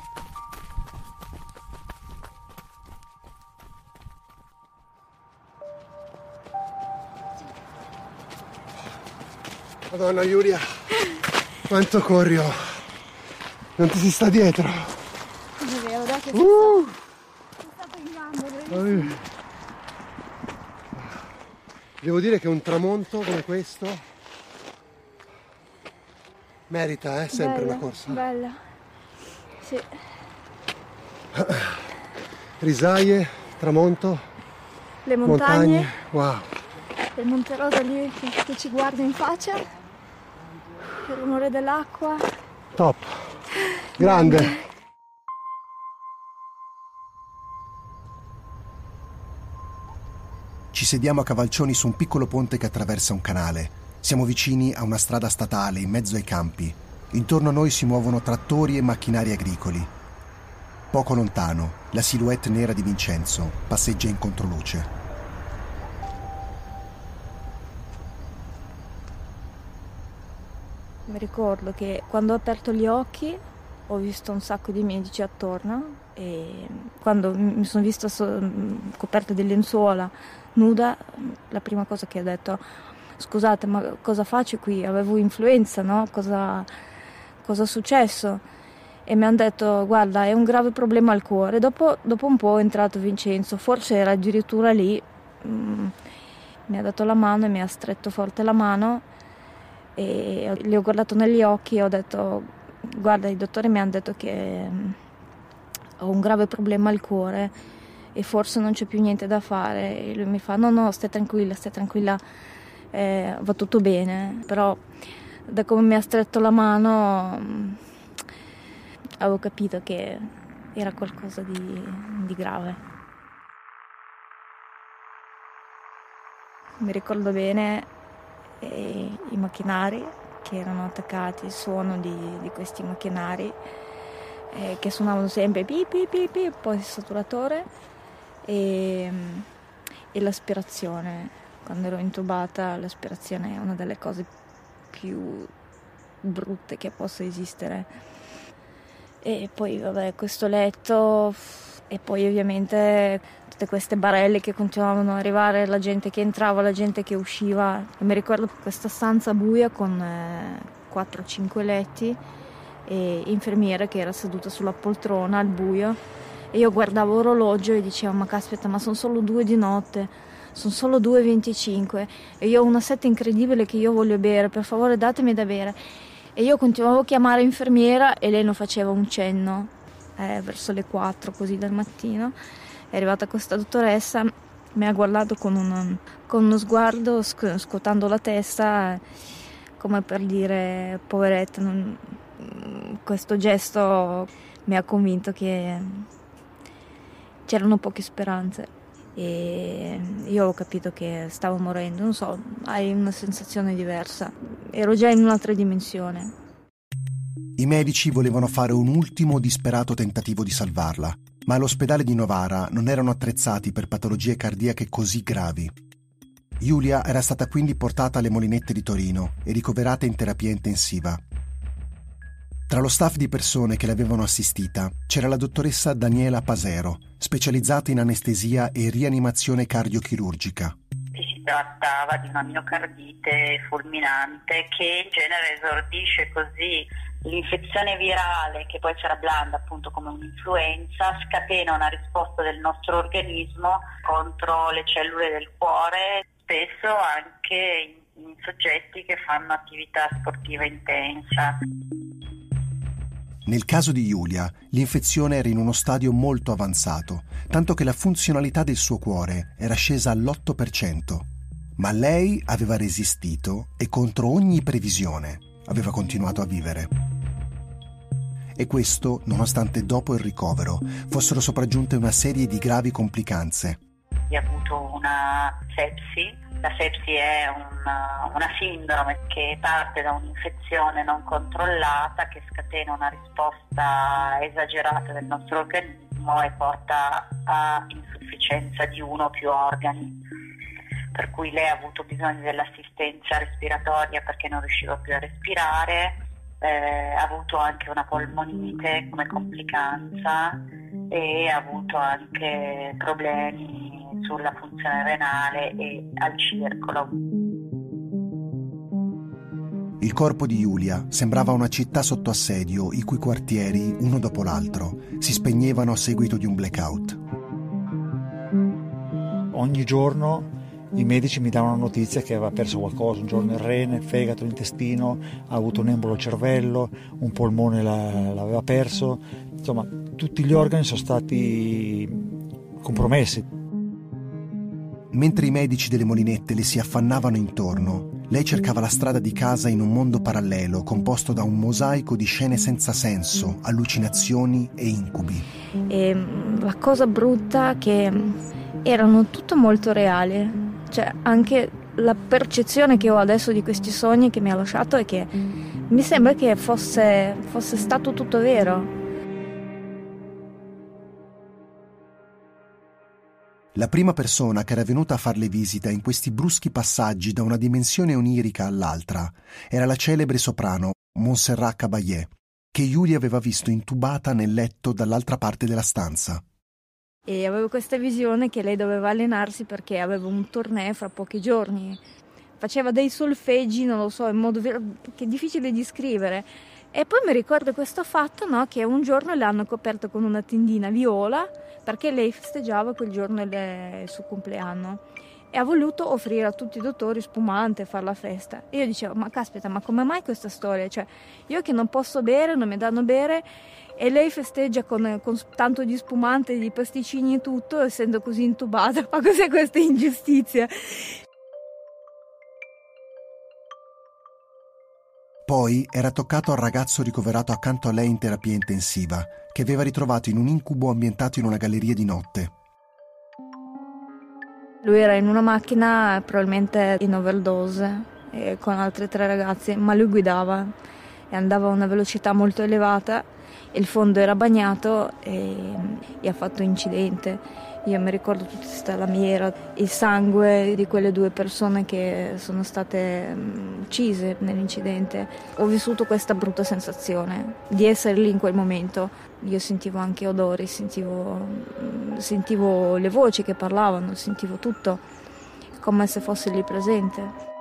Madonna Giulia, quanto corri, oh. Non ti si sta dietro. Non è vero, dai che uh. sono stato in gambo. Devo dire che un tramonto come questo merita, eh, sempre bella, una corsa. Bella, sì. Risaie, tramonto, le montagne, montagne. Wow. Il Monte Rosa lì che, che ci guarda in faccia, il rumore dell'acqua. Top, grande. Ci sediamo a cavalcioni su un piccolo ponte che attraversa un canale. Siamo vicini a una strada statale in mezzo ai campi. Intorno a noi si muovono trattori e macchinari agricoli. Poco lontano, la silhouette nera di Vincenzo passeggia in controluce. Mi ricordo che quando ho aperto gli occhi ho visto un sacco di medici attorno e quando mi sono vista so- coperta di lenzuola, nuda, la prima cosa che ho detto: scusate, ma cosa faccio qui? Avevo influenza, no? Cosa, cosa è successo? E mi hanno detto: guarda, è un grave problema al cuore. Dopo, dopo un po' è entrato Vincenzo, forse era addirittura lì, mm, mi ha dato la mano e mi ha stretto forte la mano. E gli ho guardato negli occhi e ho detto: guarda, i dottori mi hanno detto che ho un grave problema al cuore e forse non c'è più niente da fare. E lui mi fa: no no, stai tranquilla, stai tranquilla, eh, va tutto bene. Però da come mi ha stretto la mano avevo capito che era qualcosa di, di grave. Mi ricordo bene eh, i macchinari che erano attaccati, il suono di, di questi macchinari eh, che suonavano sempre pip pip pip pip, poi il saturatore e, e l'aspirazione. Quando ero intubata l'aspirazione è una delle cose più brutte che possa esistere. E poi vabbè, questo letto e poi ovviamente tutte queste barelle che continuavano ad arrivare, la gente che entrava, la gente che usciva. E mi ricordo questa stanza buia con eh, quattro cinque letti e infermiera che era seduta sulla poltrona al buio, e io guardavo l'orologio e dicevo ma caspita, ma sono solo due di notte, sono solo due e venticinque e io ho una sete incredibile che io voglio bere, per favore datemi da bere. E io continuavo a chiamare infermiera e lei non faceva un cenno. Eh, verso le quattro così del mattino è arrivata questa dottoressa, mi ha guardato con, un, con uno sguardo sc- scuotando la testa come per dire poveretta, non... questo gesto mi ha convinto che c'erano poche speranze e io ho capito che stavo morendo. Non so, hai una sensazione diversa, ero già in un'altra dimensione. I medici volevano fare un ultimo disperato tentativo di salvarla, ma all'ospedale di Novara non erano attrezzati per patologie cardiache così gravi. Giulia era stata quindi portata alle Molinette di Torino e ricoverata in terapia intensiva. Tra lo staff di persone che l'avevano assistita c'era la dottoressa Daniela Pasero, specializzata in anestesia e rianimazione cardiochirurgica. Si trattava di una miocardite fulminante che in genere esordisce così. L'infezione virale, che poi sarà blanda appunto come un'influenza, scatena una risposta del nostro organismo contro le cellule del cuore, spesso anche in, in soggetti che fanno attività sportiva intensa. Nel caso di Giulia, l'infezione era in uno stadio molto avanzato, tanto che la funzionalità del suo cuore era scesa all'otto per cento. Ma lei aveva resistito e contro ogni previsione aveva continuato a vivere. E questo nonostante dopo il ricovero fossero sopraggiunte una serie di gravi complicanze. Ha avuto una sepsi. La sepsi è una, una sindrome che parte da un'infezione non controllata che scatena una risposta esagerata del nostro organismo e porta a insufficienza di uno o più organi. Per cui lei ha avuto bisogno dell'assistenza respiratoria perché non riusciva più a respirare, eh, ha avuto anche una polmonite come complicanza e ha avuto anche problemi sulla funzione renale e al circolo. Il corpo di Giulia sembrava una città sotto assedio i cui quartieri, uno dopo l'altro, si spegnevano a seguito di un blackout. Ogni giorno i medici mi davano notizia che aveva perso qualcosa, un giorno il rene, il fegato, l'intestino, ha avuto un embolo al cervello, un polmone l'aveva perso, insomma tutti gli organi sono stati compromessi. Mentre i medici delle Molinette le si affannavano intorno, lei cercava la strada di casa in un mondo parallelo composto da un mosaico di scene senza senso, allucinazioni e incubi. E la cosa brutta è che erano tutto molto reali. Cioè, anche la percezione che ho adesso di questi sogni che mi ha lasciato è che mi sembra che fosse, fosse stato tutto vero. La prima persona che era venuta a farle visita in questi bruschi passaggi da una dimensione onirica all'altra era la celebre soprano Montserrat Caballé, che Giulia aveva visto intubata nel letto dall'altra parte della stanza. E avevo questa visione che lei doveva allenarsi perché aveva un tournée fra pochi giorni. Faceva dei solfeggi, non lo so, in modo ver- che è difficile di scrivere. E poi mi ricordo questo fatto, no, che un giorno le hanno coperto con una tendina viola perché lei festeggiava quel giorno il, il suo compleanno e ha voluto offrire a tutti i dottori spumante, fare la festa. E io dicevo, ma caspita, ma come mai questa storia? Cioè, io che non posso bere, non mi danno bere, e lei festeggia con, con tanto di spumante, di pasticcini e tutto, essendo così intubata. Ma cos'è questa ingiustizia? Poi era toccato al ragazzo ricoverato accanto a lei in terapia intensiva, che aveva ritrovato in un incubo ambientato in una galleria di notte. Lui era in una macchina, probabilmente in overdose, eh, con altre tre ragazze, ma lui guidava e andava a una velocità molto elevata, il fondo era bagnato e, e ha fatto incidente. Io mi ricordo tutta questa lamiera, il sangue di quelle due persone che sono state uccise nell'incidente. Ho vissuto questa brutta sensazione di essere lì in quel momento. Io sentivo anche odori, sentivo, sentivo le voci che parlavano, sentivo tutto, come se fossi lì presente.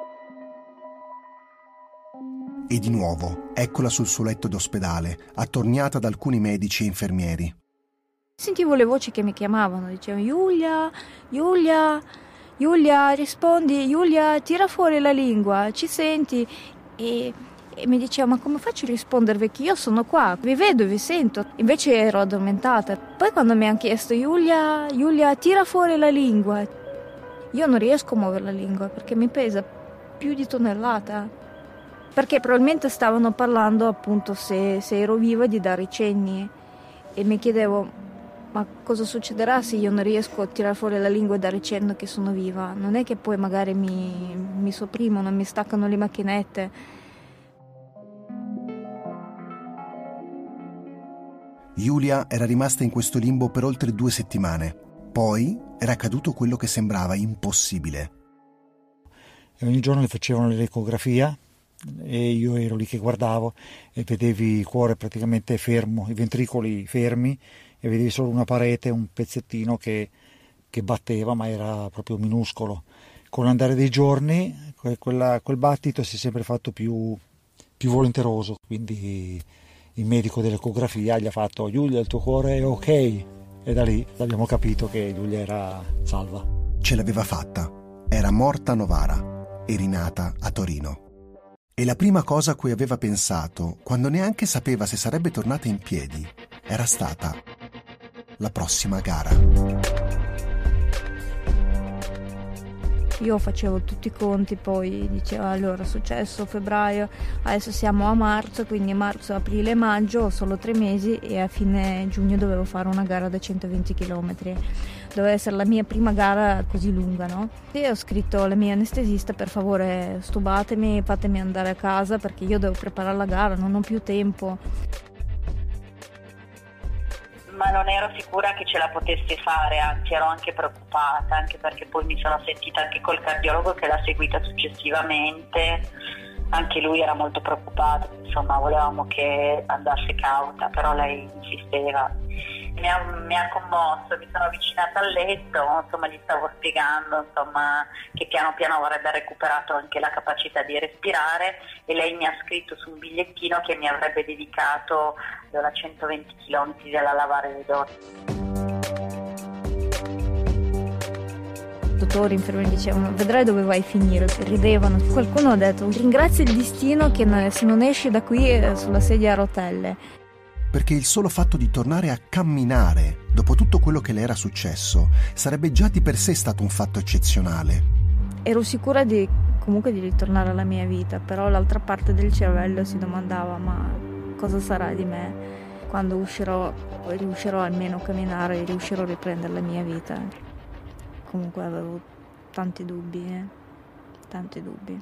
E di nuovo, eccola sul suo letto d'ospedale, attorniata da alcuni medici e infermieri. Sentivo le voci che mi chiamavano, dicevano Giulia, Giulia, Giulia, rispondi, Giulia, tira fuori la lingua, ci senti? E, e mi diceva, ma come faccio a rispondervi che io sono qua, vi vedo e vi sento. Invece ero addormentata. Poi quando mi hanno chiesto, Giulia, Giulia, tira fuori la lingua, io non riesco a muovere la lingua perché mi pesa più di tonnellata. Perché probabilmente stavano parlando appunto se, se ero viva di dare i cenni e mi chiedevo, ma cosa succederà se io non riesco a tirare fuori la lingua e dare cenno che sono viva? Non è che poi magari mi, mi sopprimono, mi staccano le macchinette. Giulia era rimasta in questo limbo per oltre due settimane. Poi era accaduto quello che sembrava impossibile. E ogni giorno le facevano l'ecografia e io ero lì che guardavo e vedevi il cuore praticamente fermo, i ventricoli fermi, e vedevi solo una parete, un pezzettino che, che batteva, ma era proprio minuscolo. Con l'andare dei giorni quella, quel battito si è sempre fatto più, più volenteroso, quindi il medico dell'ecografia gli ha fatto Giulia, il tuo cuore è ok, e da lì abbiamo capito che Giulia era salva. Ce l'aveva fatta, era morta a Novara e rinata a Torino. E la prima cosa a cui aveva pensato, quando neanche sapeva se sarebbe tornata in piedi, era stata la prossima gara. Io facevo tutti i conti, poi dicevo allora è successo febbraio, adesso siamo a marzo, quindi marzo, aprile, maggio, solo tre mesi e a fine giugno dovevo fare una gara da centoventi chilometri. Doveva essere la mia prima gara così lunga, no? E ho scritto alla mia anestesista, per favore stubatemi, fatemi andare a casa perché io devo preparare la gara, non ho più tempo. Ma non ero sicura che ce la potessi fare, anzi ero anche preoccupata, anche perché poi mi sono sentita anche col cardiologo che l'ha seguita successivamente, anche lui era molto preoccupato, insomma volevamo che andasse cauta, però lei insisteva. Mi ha, mi ha commosso, mi sono avvicinata al letto, insomma gli stavo spiegando insomma, che piano piano avrebbe recuperato anche la capacità di respirare e lei mi ha scritto su un bigliettino che mi avrebbe dedicato da centoventi chilometri dalla lavare le doti. Dottori, infermieri dicevano vedrai dove vai a finire, ridevano. Qualcuno ha detto ringrazia il destino che se non esci da qui sulla sedia a rotelle. Perché il solo fatto di tornare a camminare, dopo tutto quello che le era successo, sarebbe già di per sé stato un fatto eccezionale. Ero sicura di comunque di ritornare alla mia vita, però l'altra parte del cervello si domandava ma cosa sarà di me quando uscirò, riuscirò almeno a camminare e riuscirò a riprendere la mia vita. Comunque avevo tanti dubbi, eh? tanti dubbi.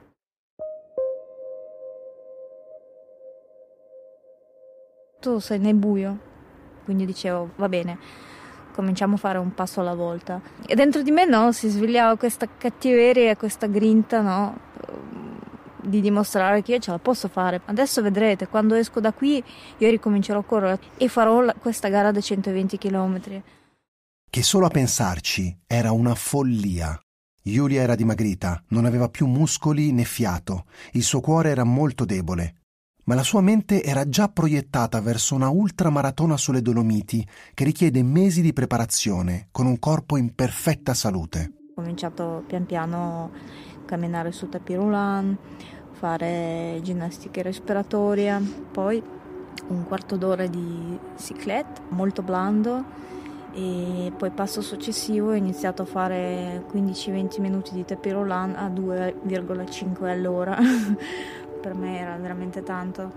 Tu sei nel buio, quindi dicevo va bene, cominciamo a fare un passo alla volta. E dentro di me no, si svegliava questa cattiveria, questa grinta, no, di dimostrare che io ce la posso fare. Adesso vedrete, quando esco da qui io ricomincerò a correre e farò la, questa gara da centoventi chilometri. Che solo a pensarci era una follia. Giulia era dimagrita, non aveva più muscoli né fiato, il suo cuore era molto debole. Ma la sua mente era già proiettata verso una ultramaratona sulle Dolomiti che richiede mesi di preparazione con un corpo in perfetta salute. Ho cominciato pian piano a camminare su tapis roulant, fare ginnastica respiratoria, poi un quarto d'ora di cyclette molto blando e poi passo successivo ho iniziato a fare quindici venti minuti di tapis roulant a due virgola cinque all'ora. per me era veramente tanto.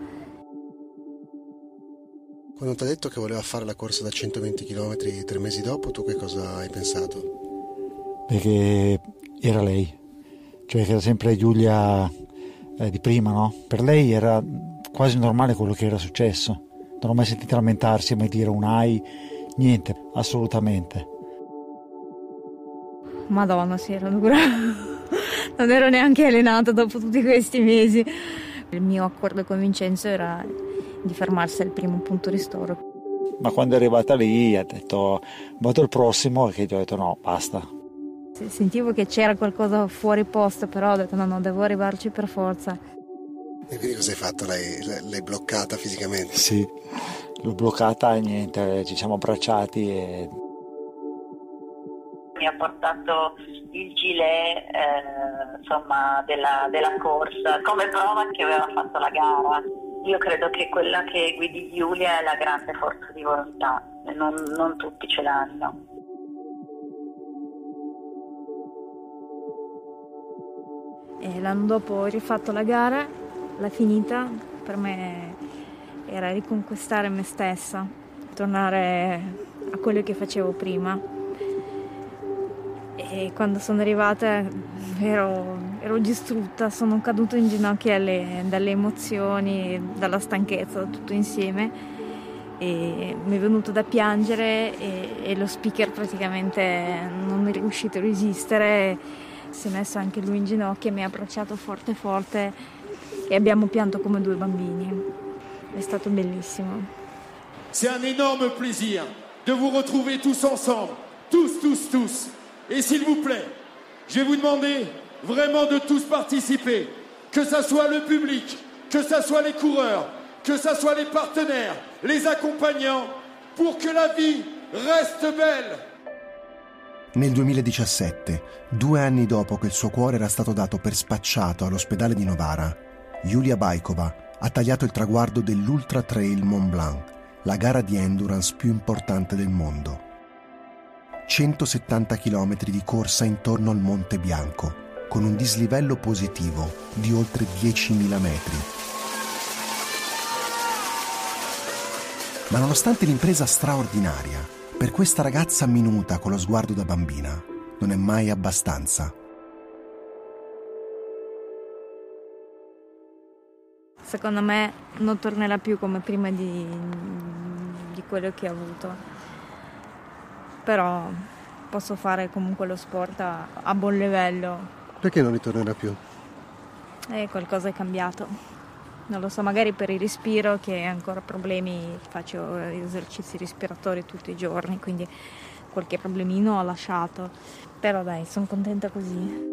Quando ti ha detto che voleva fare la corsa da centoventi chilometri tre mesi dopo, tu che cosa hai pensato? Perché era lei, cioè che era sempre Giulia eh, di prima, no? Per lei era quasi normale quello che era successo. Non ho mai sentito lamentarsi, mai dire un ai, niente, assolutamente. Madonna, sì, era dura. Non ero neanche allenata dopo tutti questi mesi. Il mio accordo con Vincenzo era di fermarsi al primo punto ristoro. Ma quando è arrivata lì ha detto vado al prossimo, e che gli ho detto no, basta. Sentivo che c'era qualcosa fuori posto, però ho detto no, no, devo arrivarci per forza. E quindi cosa hai fatto? L'hai, l'hai bloccata fisicamente? Sì, l'ho bloccata e niente, ci siamo abbracciati e... Mi ha portato il gilet eh, insomma, della, della corsa come prova che aveva fatto la gara. Io credo che quella che guidi Giulia è la grande forza di volontà, non, non tutti ce l'hanno. E l'anno dopo ho rifatto la gara, l'ha finita, per me era riconquistare me stessa, tornare a quello che facevo prima. E quando sono arrivata ero, ero distrutta, sono caduta in ginocchio alle, dalle emozioni, dalla stanchezza, tutto insieme, e mi è venuto da piangere e, e lo speaker praticamente non è riuscito a resistere, si è messo anche lui in ginocchio e mi ha abbracciato forte forte e abbiamo pianto come due bambini. È stato bellissimo. C'est un énorme plaisir de vous retrouver tous ensemble, tous, tous, tous. Et s'il vous plaît, je vais vous demander vraiment de tous participer, que ça soit le public, que ça soit les coureurs, que ça soit les partenaires, les accompagnants, pour que la vie reste belle. Nel duemiladiciassette, due anni dopo che il suo cuore era stato dato per spacciato all'ospedale di Novara, Julia Bajkova ha tagliato il traguardo dell'Ultra Trail Mont Blanc, la gara di endurance più importante del mondo. centosettanta chilometri di corsa intorno al Monte Bianco, con un dislivello positivo di oltre diecimila metri. Ma nonostante l'impresa straordinaria, per questa ragazza minuta con lo sguardo da bambina, non è mai abbastanza. Secondo me non tornerà più come prima di, di quello che ha avuto. Però posso fare comunque lo sport a, a buon livello. Perché non ritornerà più? E qualcosa è cambiato. Non lo so, magari per il respiro, che ho ancora problemi, faccio esercizi respiratori tutti i giorni, quindi qualche problemino ho lasciato. Però dai, sono contenta così.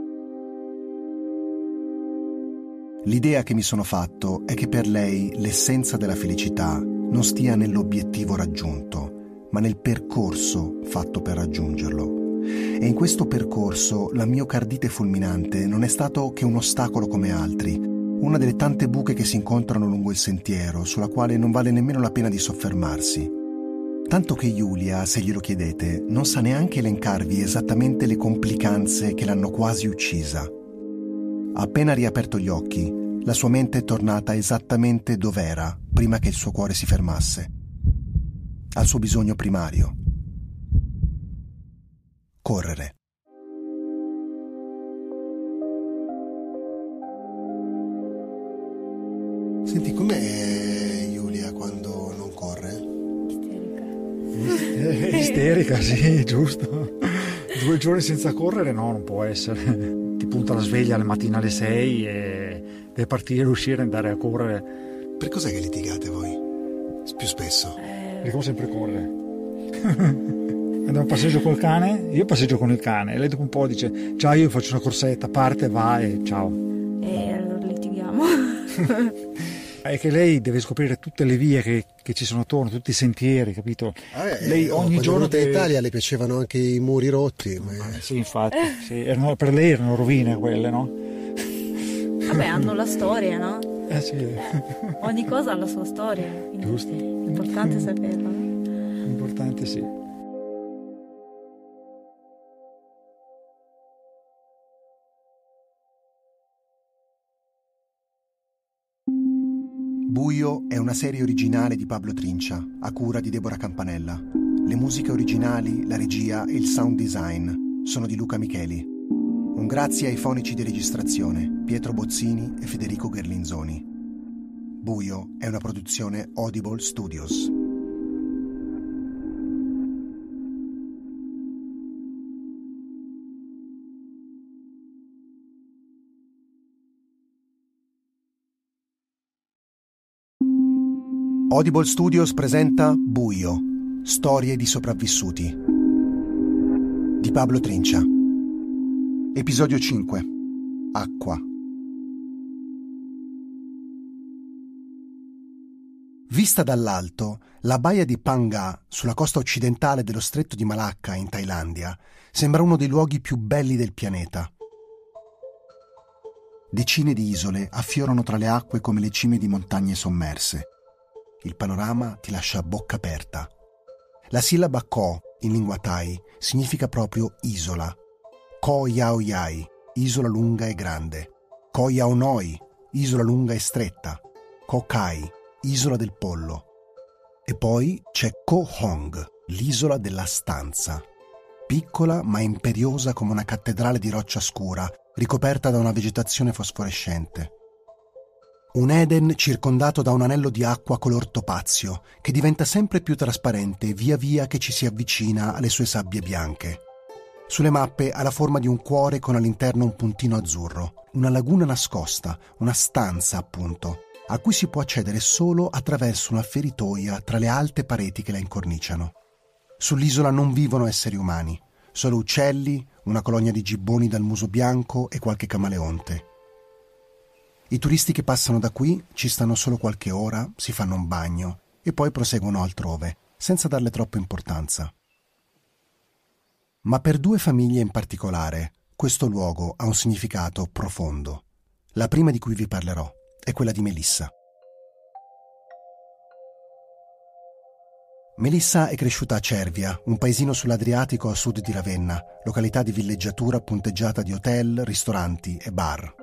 L'idea che mi sono fatto è che per lei l'essenza della felicità non stia nell'obiettivo raggiunto, ma nel percorso fatto per raggiungerlo. E in questo percorso la miocardite fulminante non è stato che un ostacolo come altri, una delle tante buche che si incontrano lungo il sentiero, sulla quale non vale nemmeno la pena di soffermarsi. Tanto che Giulia, se glielo chiedete, non sa neanche elencarvi esattamente le complicanze che l'hanno quasi uccisa. Ha appena riaperto gli occhi, la sua mente è tornata esattamente dov'era prima che il suo cuore si fermasse. Al suo bisogno primario: correre. Senti, com'è Giulia quando non corre? Isterica. Isterica, sì, giusto. Due giorni senza correre no, non può essere. Ti punta la sveglia alle mattine alle sei e deve partire, uscire e andare a correre. Per cos'è che litigate voi? Più spesso? Perché sempre correre. Andiamo a passeggio col cane, io passeggio con il cane e lei dopo un po' dice ciao, io faccio una corsetta, parte, va e ciao. E allora litighiamo. È che lei deve scoprire tutte le vie che, che ci sono attorno, tutti i sentieri, capito? Ah, beh, lei oh, ogni giorno deve... in Italia le piacevano anche i muri rotti. Ma... Ah, sì, infatti, sì. Erano, per lei erano rovine quelle, no? Vabbè, hanno la storia, no? Eh sì. Eh, ogni cosa ha la sua storia. Giusto. È importante saperlo. Importante, sì. Buio è una serie originale di Pablo Trincia, a cura di Deborah Campanella. Le musiche originali, la regia e il sound design sono di Luca Micheli. Un grazie ai fonici di registrazione, Pietro Bozzini e Federico Gherlinzoni. Buio è una produzione Audible Studios. Audible Studios presenta Buio, storie di sopravvissuti, di Pablo Trincia. Episodio cinque. Acqua. Vista dall'alto, la baia di Phang sulla costa occidentale dello stretto di Malacca in Thailandia sembra uno dei luoghi più belli del pianeta. Decine di isole affiorano tra le acque come le cime di montagne sommerse. Il panorama ti lascia a bocca aperta. La sillaba Ko in lingua Thai significa proprio isola. Ko Yao Yai, isola lunga e grande. Ko Yao Noi, isola lunga e stretta. Ko Kai, isola del pollo. E poi c'è Ko Hong, l'isola della stanza. Piccola ma imperiosa come una cattedrale di roccia scura, ricoperta da una vegetazione fosforescente. Un Eden circondato da un anello di acqua color topazio, che diventa sempre più trasparente via via che ci si avvicina alle sue sabbie bianche. Sulle mappe ha la forma di un cuore con all'interno un puntino azzurro, una laguna nascosta, una stanza appunto, a cui si può accedere solo attraverso una feritoia tra le alte pareti che la incorniciano. Sull'isola non vivono esseri umani, solo uccelli, una colonia di gibboni dal muso bianco e qualche camaleonte. I turisti che passano da qui ci stanno solo qualche ora, si fanno un bagno e poi proseguono altrove, senza darle troppa importanza. Ma per due famiglie in particolare, questo luogo ha un significato profondo. La prima di cui vi parlerò è quella di Melissa. Melissa è cresciuta a Cervia, un paesino sull'Adriatico a sud di Ravenna, località di villeggiatura punteggiata di hotel, ristoranti e bar.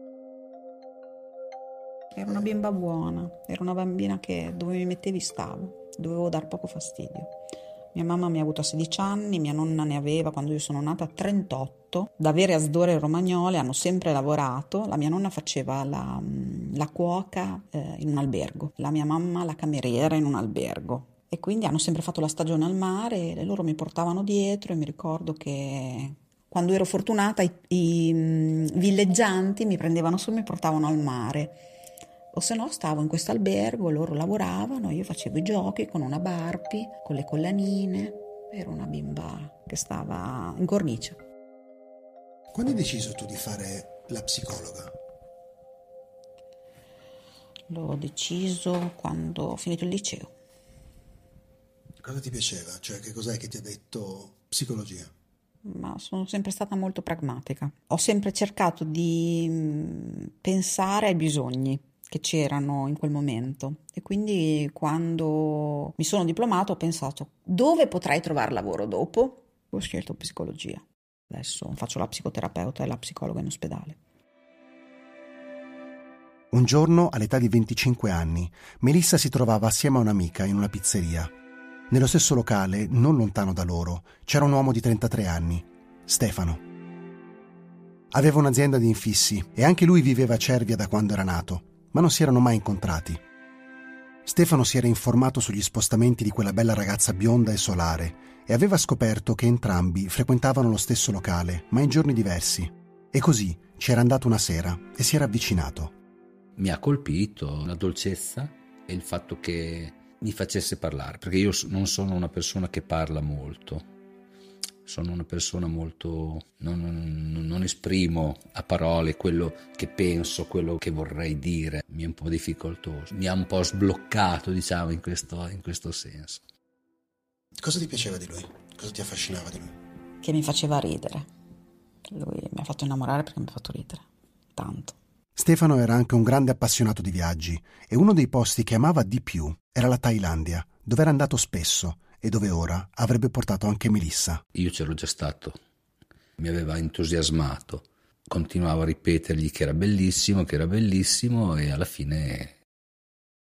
Era una bimba buona, era una bambina che dove mi mettevi stavo, dovevo dar poco fastidio. Mia mamma mi ha avuto a sedici anni, mia nonna ne aveva quando io sono nata trentotto. Da Vere a Sdore e Romagnole hanno sempre lavorato, la mia nonna faceva la, la cuoca eh, in un albergo, la mia mamma la cameriera in un albergo. E quindi hanno sempre fatto la stagione al mare e loro mi portavano dietro e mi ricordo che quando ero fortunata i, i villeggianti mi prendevano su e mi portavano al mare. O se no stavo in questo albergo, loro lavoravano, io facevo i giochi con una Barbie, con le collanine. Ero una bimba che stava in cornice. Quando hai deciso tu di fare la psicologa? L'ho deciso quando ho finito il liceo. Cosa ti piaceva? Cioè, che cos'è che ti ha detto psicologia? Ma sono sempre stata molto pragmatica. Ho sempre cercato di pensare ai bisogni che c'erano in quel momento e quindi quando mi sono diplomato ho pensato dove potrei trovare lavoro dopo. Ho scelto psicologia. Adesso faccio la psicoterapeuta e la psicologa in ospedale. Un giorno, all'età di venticinque anni, Melissa si trovava assieme a un'amica in una pizzeria. Nello stesso locale, non lontano da loro, c'era un uomo di trentatré anni, Stefano. Aveva un'azienda di infissi e anche lui viveva a Cervia da quando era nato, ma non si erano mai incontrati. Stefano si era informato sugli spostamenti di quella bella ragazza bionda e solare e aveva scoperto che entrambi frequentavano lo stesso locale, ma in giorni diversi. E così ci era andato una sera e si era avvicinato. Mi ha colpito la dolcezza e il fatto che mi facesse parlare, perché io non sono una persona che parla molto. Sono una persona molto... Non, non, non esprimo a parole quello che penso, quello che vorrei dire. Mi è un po' difficoltoso. Mi ha un po' sbloccato, diciamo, in questo, in questo senso. Cosa ti piaceva di lui? Cosa ti affascinava di lui? Che mi faceva ridere. Lui mi ha fatto innamorare perché mi ha fatto ridere. Tanto. Stefano era anche un grande appassionato di viaggi e uno dei posti che amava di più era la Thailandia, dove era andato spesso e dove ora avrebbe portato anche Melissa. Io c'ero già stato, mi aveva entusiasmato, continuavo a ripetergli che era bellissimo, che era bellissimo e alla fine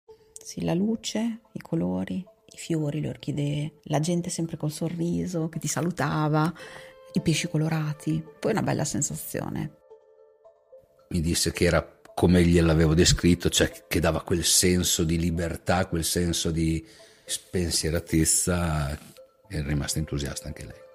Sì, la luce, i colori, i fiori, le orchidee, la gente sempre col sorriso che ti salutava, i pesci colorati, poi una bella sensazione. Mi disse che era come gliel'avevo descritto, cioè che dava quel senso di libertà, quel senso di spensieratezza, e è rimasta entusiasta anche lei.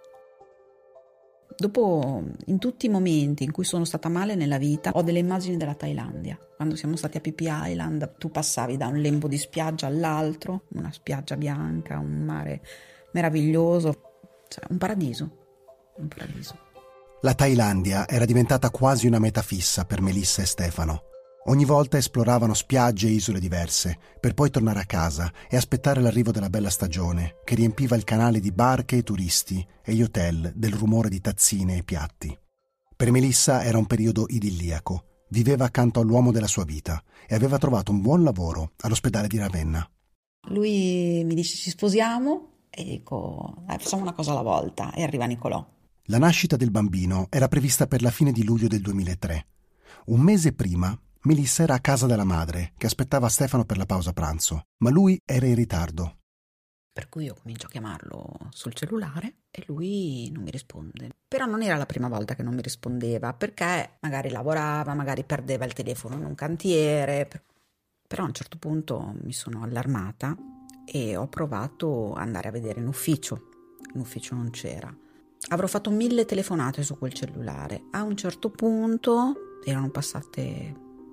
Dopo, in tutti i momenti in cui sono stata male nella vita, ho delle immagini della Thailandia. Quando siamo stati a Phi Phi Island, tu passavi da un lembo di spiaggia all'altro, una spiaggia bianca, un mare meraviglioso, cioè un paradiso, un paradiso. La Thailandia era diventata quasi una meta fissa per Melissa e Stefano. Ogni volta esploravano spiagge e isole diverse, per poi tornare a casa e aspettare l'arrivo della bella stagione, che riempiva il canale di barche e turisti e gli hotel del rumore di tazzine e piatti. Per Melissa era un periodo idilliaco. Viveva accanto all'uomo della sua vita e aveva trovato un buon lavoro all'ospedale di Ravenna. Lui mi dice: ci sposiamo? E dico: eh, facciamo una cosa alla volta. E arriva Nicolò. La nascita del bambino era prevista per la fine di luglio del duemilatré. Un mese prima, Melissa era a casa della madre, che aspettava Stefano per la pausa pranzo, ma lui era in ritardo. Per cui io comincio a chiamarlo sul cellulare e lui non mi risponde. Però non era la prima volta che non mi rispondeva, perché magari lavorava, magari perdeva il telefono in un cantiere. Però a un certo punto mi sono allarmata e ho provato ad andare a vedere in ufficio. In ufficio non c'era. Avrò fatto mille telefonate su quel cellulare. A un certo punto erano passate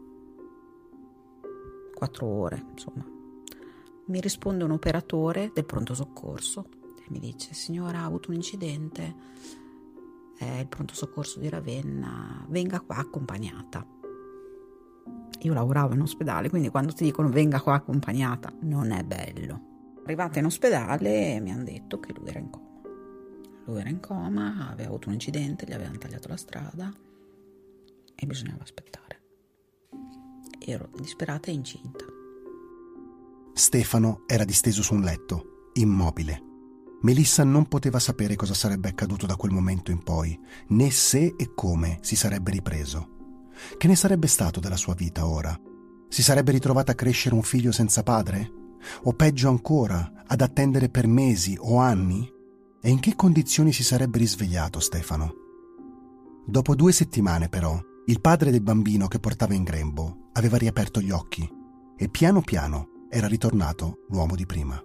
quattro ore, insomma. Mi risponde un operatore del pronto soccorso e mi dice: signora, ha avuto un incidente, è il pronto soccorso di Ravenna, venga qua accompagnata. Io lavoravo in ospedale, quindi quando ti dicono venga qua accompagnata non è bello. Arrivata in ospedale mi hanno detto che lui era in coma. Lui era in coma, aveva avuto un incidente, gli avevano tagliato la strada e bisognava aspettare. Ero disperata e incinta. Stefano era disteso su un letto, immobile. Melissa non poteva sapere cosa sarebbe accaduto da quel momento in poi, né se e come si sarebbe ripreso. Che ne sarebbe stato della sua vita ora? Si sarebbe ritrovata a crescere un figlio senza padre? O peggio ancora, ad attendere per mesi o anni? E in che condizioni si sarebbe risvegliato Stefano? Dopo due settimane, però, il padre del bambino che portava in grembo aveva riaperto gli occhi e piano piano era ritornato l'uomo di prima.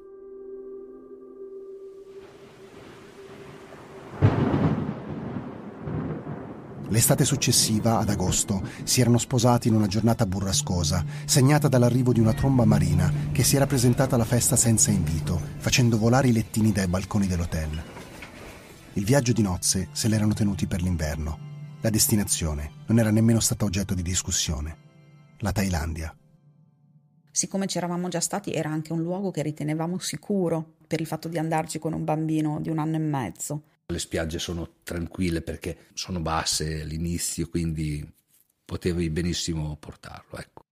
L'estate successiva, ad agosto, si erano sposati in una giornata burrascosa, segnata dall'arrivo di una tromba marina che si era presentata alla festa senza invito, facendo volare i lettini dai balconi dell'hotel. Il viaggio di nozze se l'erano tenuti per l'inverno. La destinazione non era nemmeno stata oggetto di discussione. La Thailandia. Siccome ci eravamo già stati, era anche un luogo che ritenevamo sicuro per il fatto di andarci con un bambino di un anno e mezzo. Le spiagge sono tranquille perché sono basse all'inizio, quindi potevi benissimo portarlo, ecco.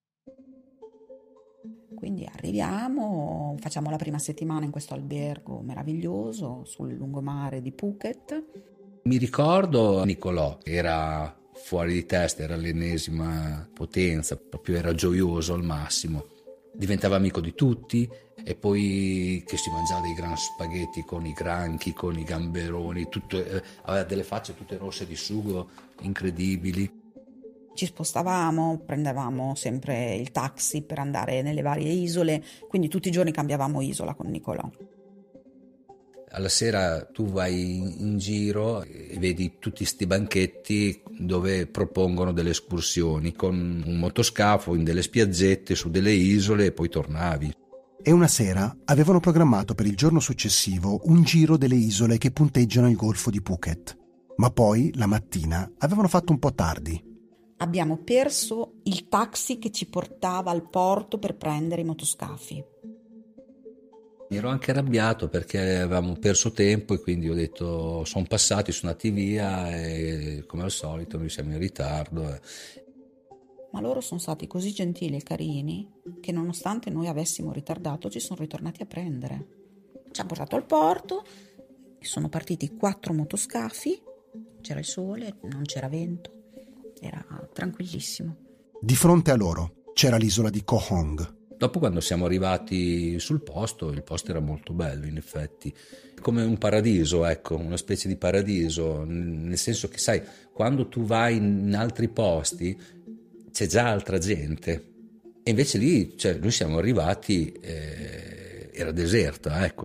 Quindi arriviamo, facciamo la prima settimana in questo albergo meraviglioso sul lungomare di Phuket. Mi ricordo Nicolò, era fuori di testa, era l'ennesima potenza, proprio era gioioso al massimo. Diventava amico di tutti e poi che si mangiava dei gran spaghetti con i granchi, con i gamberoni, tutto, eh, aveva delle facce tutte rosse di sugo, incredibili. Ci spostavamo, prendevamo sempre il taxi per andare nelle varie isole, quindi tutti i giorni cambiavamo isola con Nicolò. Alla sera tu vai in giro e vedi tutti sti banchetti dove propongono delle escursioni con un motoscafo in delle spiaggette su delle isole e poi tornavi. E una sera avevano programmato per il giorno successivo un giro delle isole che punteggiano il golfo di Phuket. Ma poi, la mattina, avevano fatto un po' tardi. Abbiamo perso il taxi che ci portava al porto per prendere i motoscafi. Mi ero anche arrabbiato perché avevamo perso tempo e quindi ho detto sono passati, sono andati via e come al solito noi siamo in ritardo. Ma loro sono stati così gentili e carini che nonostante noi avessimo ritardato ci sono ritornati a prendere. Ci hanno portato al porto e sono partiti quattro motoscafi, c'era il sole, non c'era vento, era tranquillissimo. Di fronte a loro c'era l'isola di Koh Hong. Dopo, quando siamo arrivati sul posto, il posto era molto bello, in effetti, come un paradiso, ecco, una specie di paradiso, nel senso che, sai, quando tu vai in altri posti c'è già altra gente, e invece lì, cioè, noi siamo arrivati, eh, era deserta, ecco.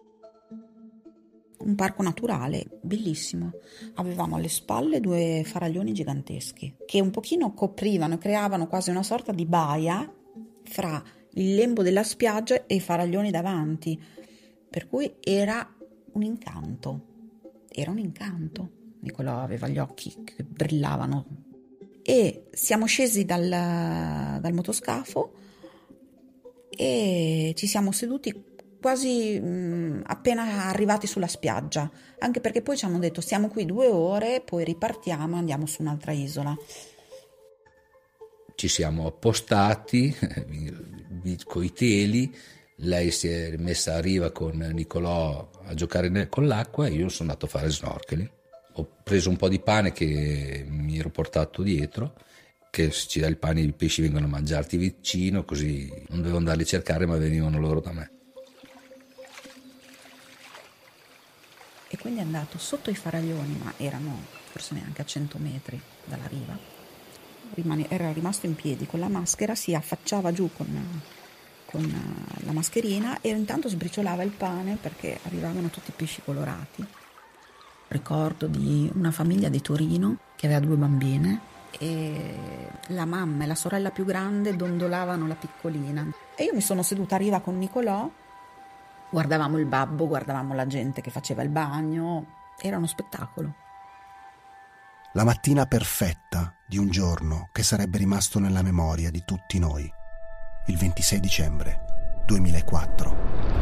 Un parco naturale bellissimo. Avevamo alle spalle due faraglioni giganteschi che un pochino coprivano e creavano quasi una sorta di baia fra il lembo della spiaggia e i faraglioni davanti, per cui era un incanto, era un incanto. Nicolò aveva gli occhi che brillavano. E siamo scesi dal, dal motoscafo e ci siamo seduti quasi mh, appena arrivati sulla spiaggia, anche perché poi ci hanno detto stiamo qui due ore, poi ripartiamo e andiamo su un'altra isola. Ci siamo appostati con i teli, lei si è messa a riva con Nicolò a giocare con l'acqua e io sono andato a fare snorkeling. Ho preso un po' di pane che mi ero portato dietro, che se ci dai il pane i pesci vengono a mangiarti vicino, così non dovevo andarli a cercare ma venivano loro da me. E quindi è andato sotto i faraglioni, ma erano forse neanche a cento metri dalla riva. Rimane, era rimasto in piedi con la maschera, si affacciava giù con, con la mascherina e intanto sbriciolava il pane perché arrivavano tutti i pesci colorati. Ricordo di una famiglia di Torino che aveva due bambine e la mamma e la sorella più grande dondolavano la piccolina e io mi sono seduta a riva con Nicolò, guardavamo il babbo, guardavamo la gente che faceva il bagno, era uno spettacolo. La mattina perfetta di un giorno che sarebbe rimasto nella memoria di tutti noi, il ventisei dicembre duemilaquattro.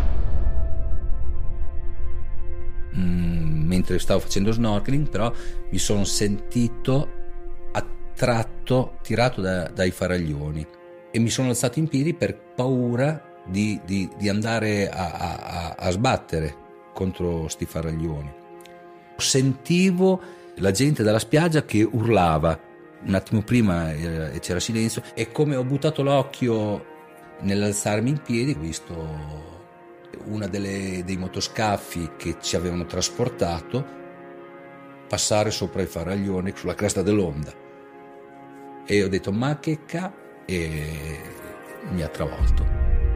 Mm, mentre stavo facendo snorkeling, però mi sono sentito attratto, tirato da, dai faraglioni e mi sono alzato in piedi per paura di, di, di andare a, a, a sbattere contro sti faraglioni. Sentivo la gente dalla spiaggia che urlava, un attimo prima eh, c'era silenzio e come ho buttato l'occhio nell'alzarmi in piedi ho visto una delle, dei motoscafi che ci avevano trasportato passare sopra i faraglioni sulla cresta dell'onda e ho detto ma che ca... e mi ha travolto.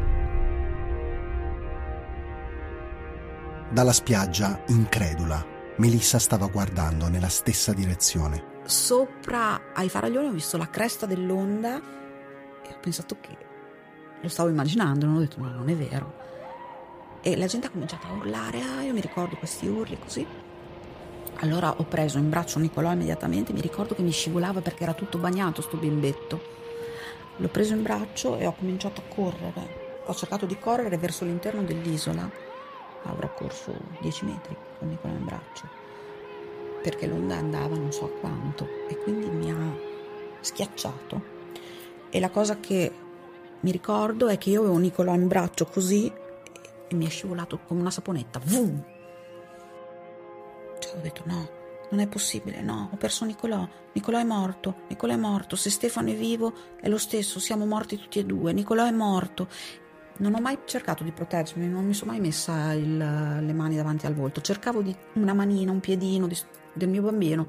Dalla spiaggia, incredula, Melissa stava guardando nella stessa direzione. Sopra ai faraglioni ho visto la cresta dell'onda e ho pensato che lo stavo immaginando, non ho detto no, non è vero. E la gente ha cominciato a urlare, ah, io mi ricordo questi urli così. Allora ho preso in braccio Nicolò immediatamente, mi ricordo che mi scivolava perché era tutto bagnato sto bimbetto. L'ho preso in braccio e ho cominciato a correre. Ho cercato di correre verso l'interno dell'isola. Avrò corso dieci metri con Nicolò in braccio perché l'onda andava non so a quanto e quindi mi ha schiacciato. E la cosa che mi ricordo è che io avevo Nicolò in braccio così e mi è scivolato come una saponetta. Vum! Cioè ho detto no, non è possibile, no, ho perso Nicolò, Nicolò è morto, Nicolò è morto, se Stefano è vivo è lo stesso, siamo morti tutti e due, Nicolò è morto. Non ho mai cercato di proteggermi, non mi sono mai messa il, le mani davanti al volto. Cercavo di una manina, un piedino di, del mio bambino.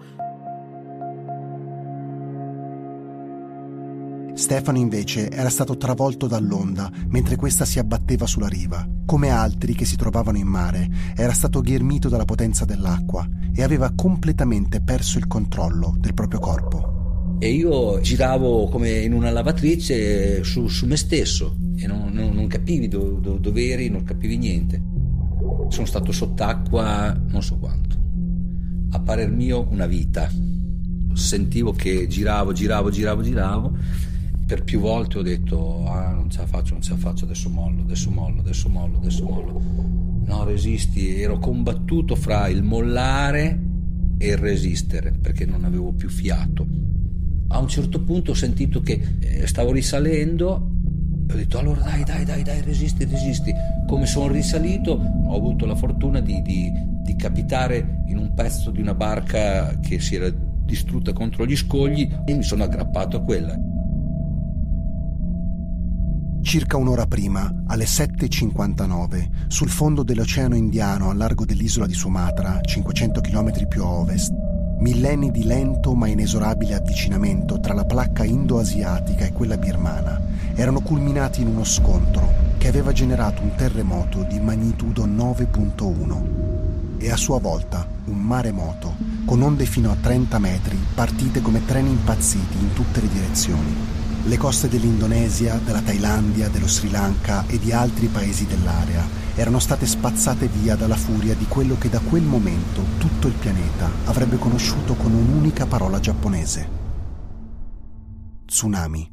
Stefano invece era stato travolto dall'onda mentre questa si abbatteva sulla riva. Come altri che si trovavano in mare, era stato ghermito dalla potenza dell'acqua e aveva completamente perso il controllo del proprio corpo. E io giravo come in una lavatrice su, su me stesso e non, non, non capivi do, do, dove eri, non capivi niente. Sono stato sott'acqua non so quanto, a parer mio una vita. Sentivo che giravo, giravo, giravo, giravo. Per più volte ho detto ah non ce la faccio, non ce la faccio, adesso mollo, adesso mollo, adesso mollo, adesso mollo. No, resisti. Ero combattuto fra il mollare e il resistere perché non avevo più fiato. A un certo punto ho sentito che stavo risalendo e ho detto allora dai dai dai dai resisti resisti. Come sono risalito ho avuto la fortuna di, di, di capitare in un pezzo di una barca che si era distrutta contro gli scogli e mi sono aggrappato a quella. Circa un'ora prima, alle sette e cinquantanove, sul fondo dell'Oceano Indiano, al largo dell'isola di Sumatra, cinquecento chilometri più a ovest, millenni di lento ma inesorabile avvicinamento tra la placca indo-asiatica e quella birmana erano culminati in uno scontro che aveva generato un terremoto di magnitudo nove virgola uno e a sua volta un maremoto con onde fino a trenta metri partite come treni impazziti in tutte le direzioni. Le coste dell'Indonesia, della Thailandia, dello Sri Lanka e di altri paesi dell'area erano state spazzate via dalla furia di quello che da quel momento tutto il pianeta avrebbe conosciuto con un'unica parola giapponese: tsunami.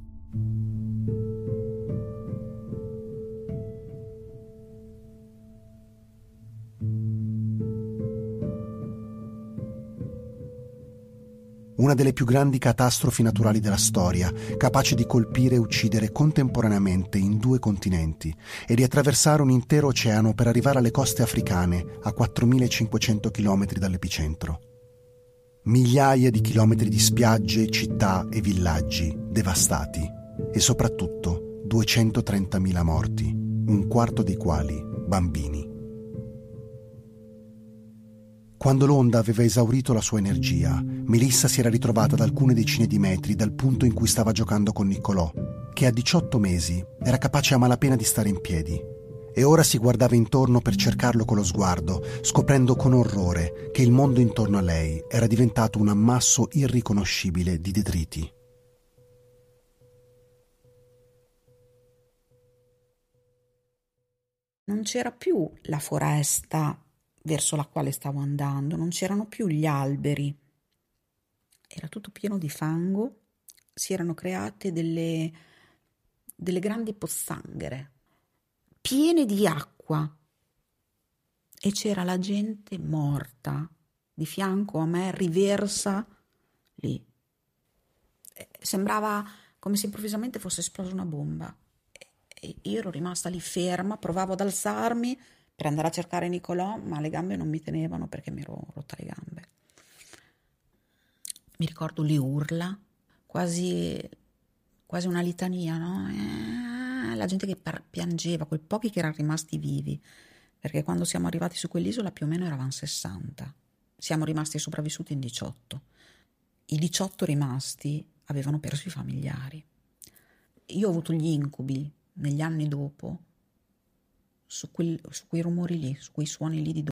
Una delle più grandi catastrofi naturali della storia, capace di colpire e uccidere contemporaneamente in due continenti e di attraversare un intero oceano per arrivare alle coste africane a quattromilacinquecento chilometri dall'epicentro. Migliaia di chilometri di spiagge, città e villaggi devastati e soprattutto duecentotrentamila morti, un quarto dei quali bambini. Quando l'onda aveva esaurito la sua energia, Melissa si era ritrovata ad alcune decine di metri dal punto in cui stava giocando con Niccolò, che a diciotto mesi era capace a malapena di stare in piedi. E ora si guardava intorno per cercarlo con lo sguardo, scoprendo con orrore che il mondo intorno a lei era diventato un ammasso irriconoscibile di detriti. Non c'era più la foresta verso la quale stavo andando, non c'erano più gli alberi, era tutto pieno di fango, si erano create delle, delle grandi pozzanghere piene di acqua e c'era la gente morta di fianco a me, riversa lì. Sembrava come se improvvisamente fosse esplosa una bomba e io ero rimasta lì ferma, provavo ad alzarmi per andare a cercare Niccolò, ma le gambe non mi tenevano perché mi ero rotta le gambe. Mi ricordo le urla, quasi, quasi una litania, no? Eh, la gente che piangeva, quei pochi che erano rimasti vivi, perché quando siamo arrivati su quell'isola più o meno eravamo sessanta. Siamo rimasti sopravvissuti in diciotto. I diciotto rimasti avevano perso i familiari. Io ho avuto gli incubi negli anni dopo, Su, quel, su quei rumori lì, su quei suoni lì di